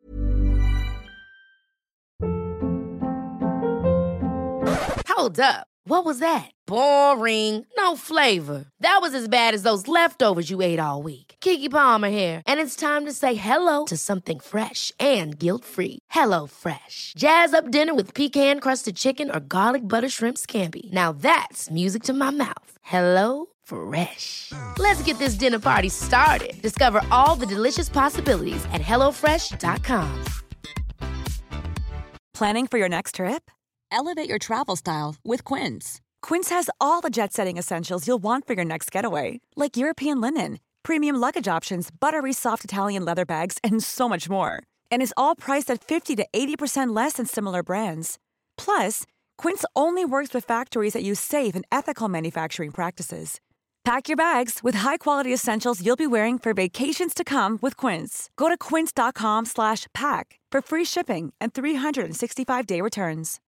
Hold up. What was that? Boring. No flavor. That was as bad as those leftovers you ate all week. Keke Palmer here, and it's time to say hello to something fresh and guilt-free. Hello Fresh. Jazz up dinner with pecan-crusted chicken or garlic butter shrimp scampi. Now that's music to my mouth. Hello Fresh. Let's get this dinner party started. Discover all the delicious possibilities at hellofresh.com. Planning for your next trip? Elevate your travel style with Quince. Quince has all the jet-setting essentials you'll want for your next getaway, like European linen, premium luggage options, buttery soft Italian leather bags, and so much more. And is all priced at 50 to 80% less than similar brands. Plus, Quince only works with factories that use safe and ethical manufacturing practices. Pack your bags with high-quality essentials you'll be wearing for vacations to come with Quince. Go to quince.com/pack for free shipping and 365-day returns.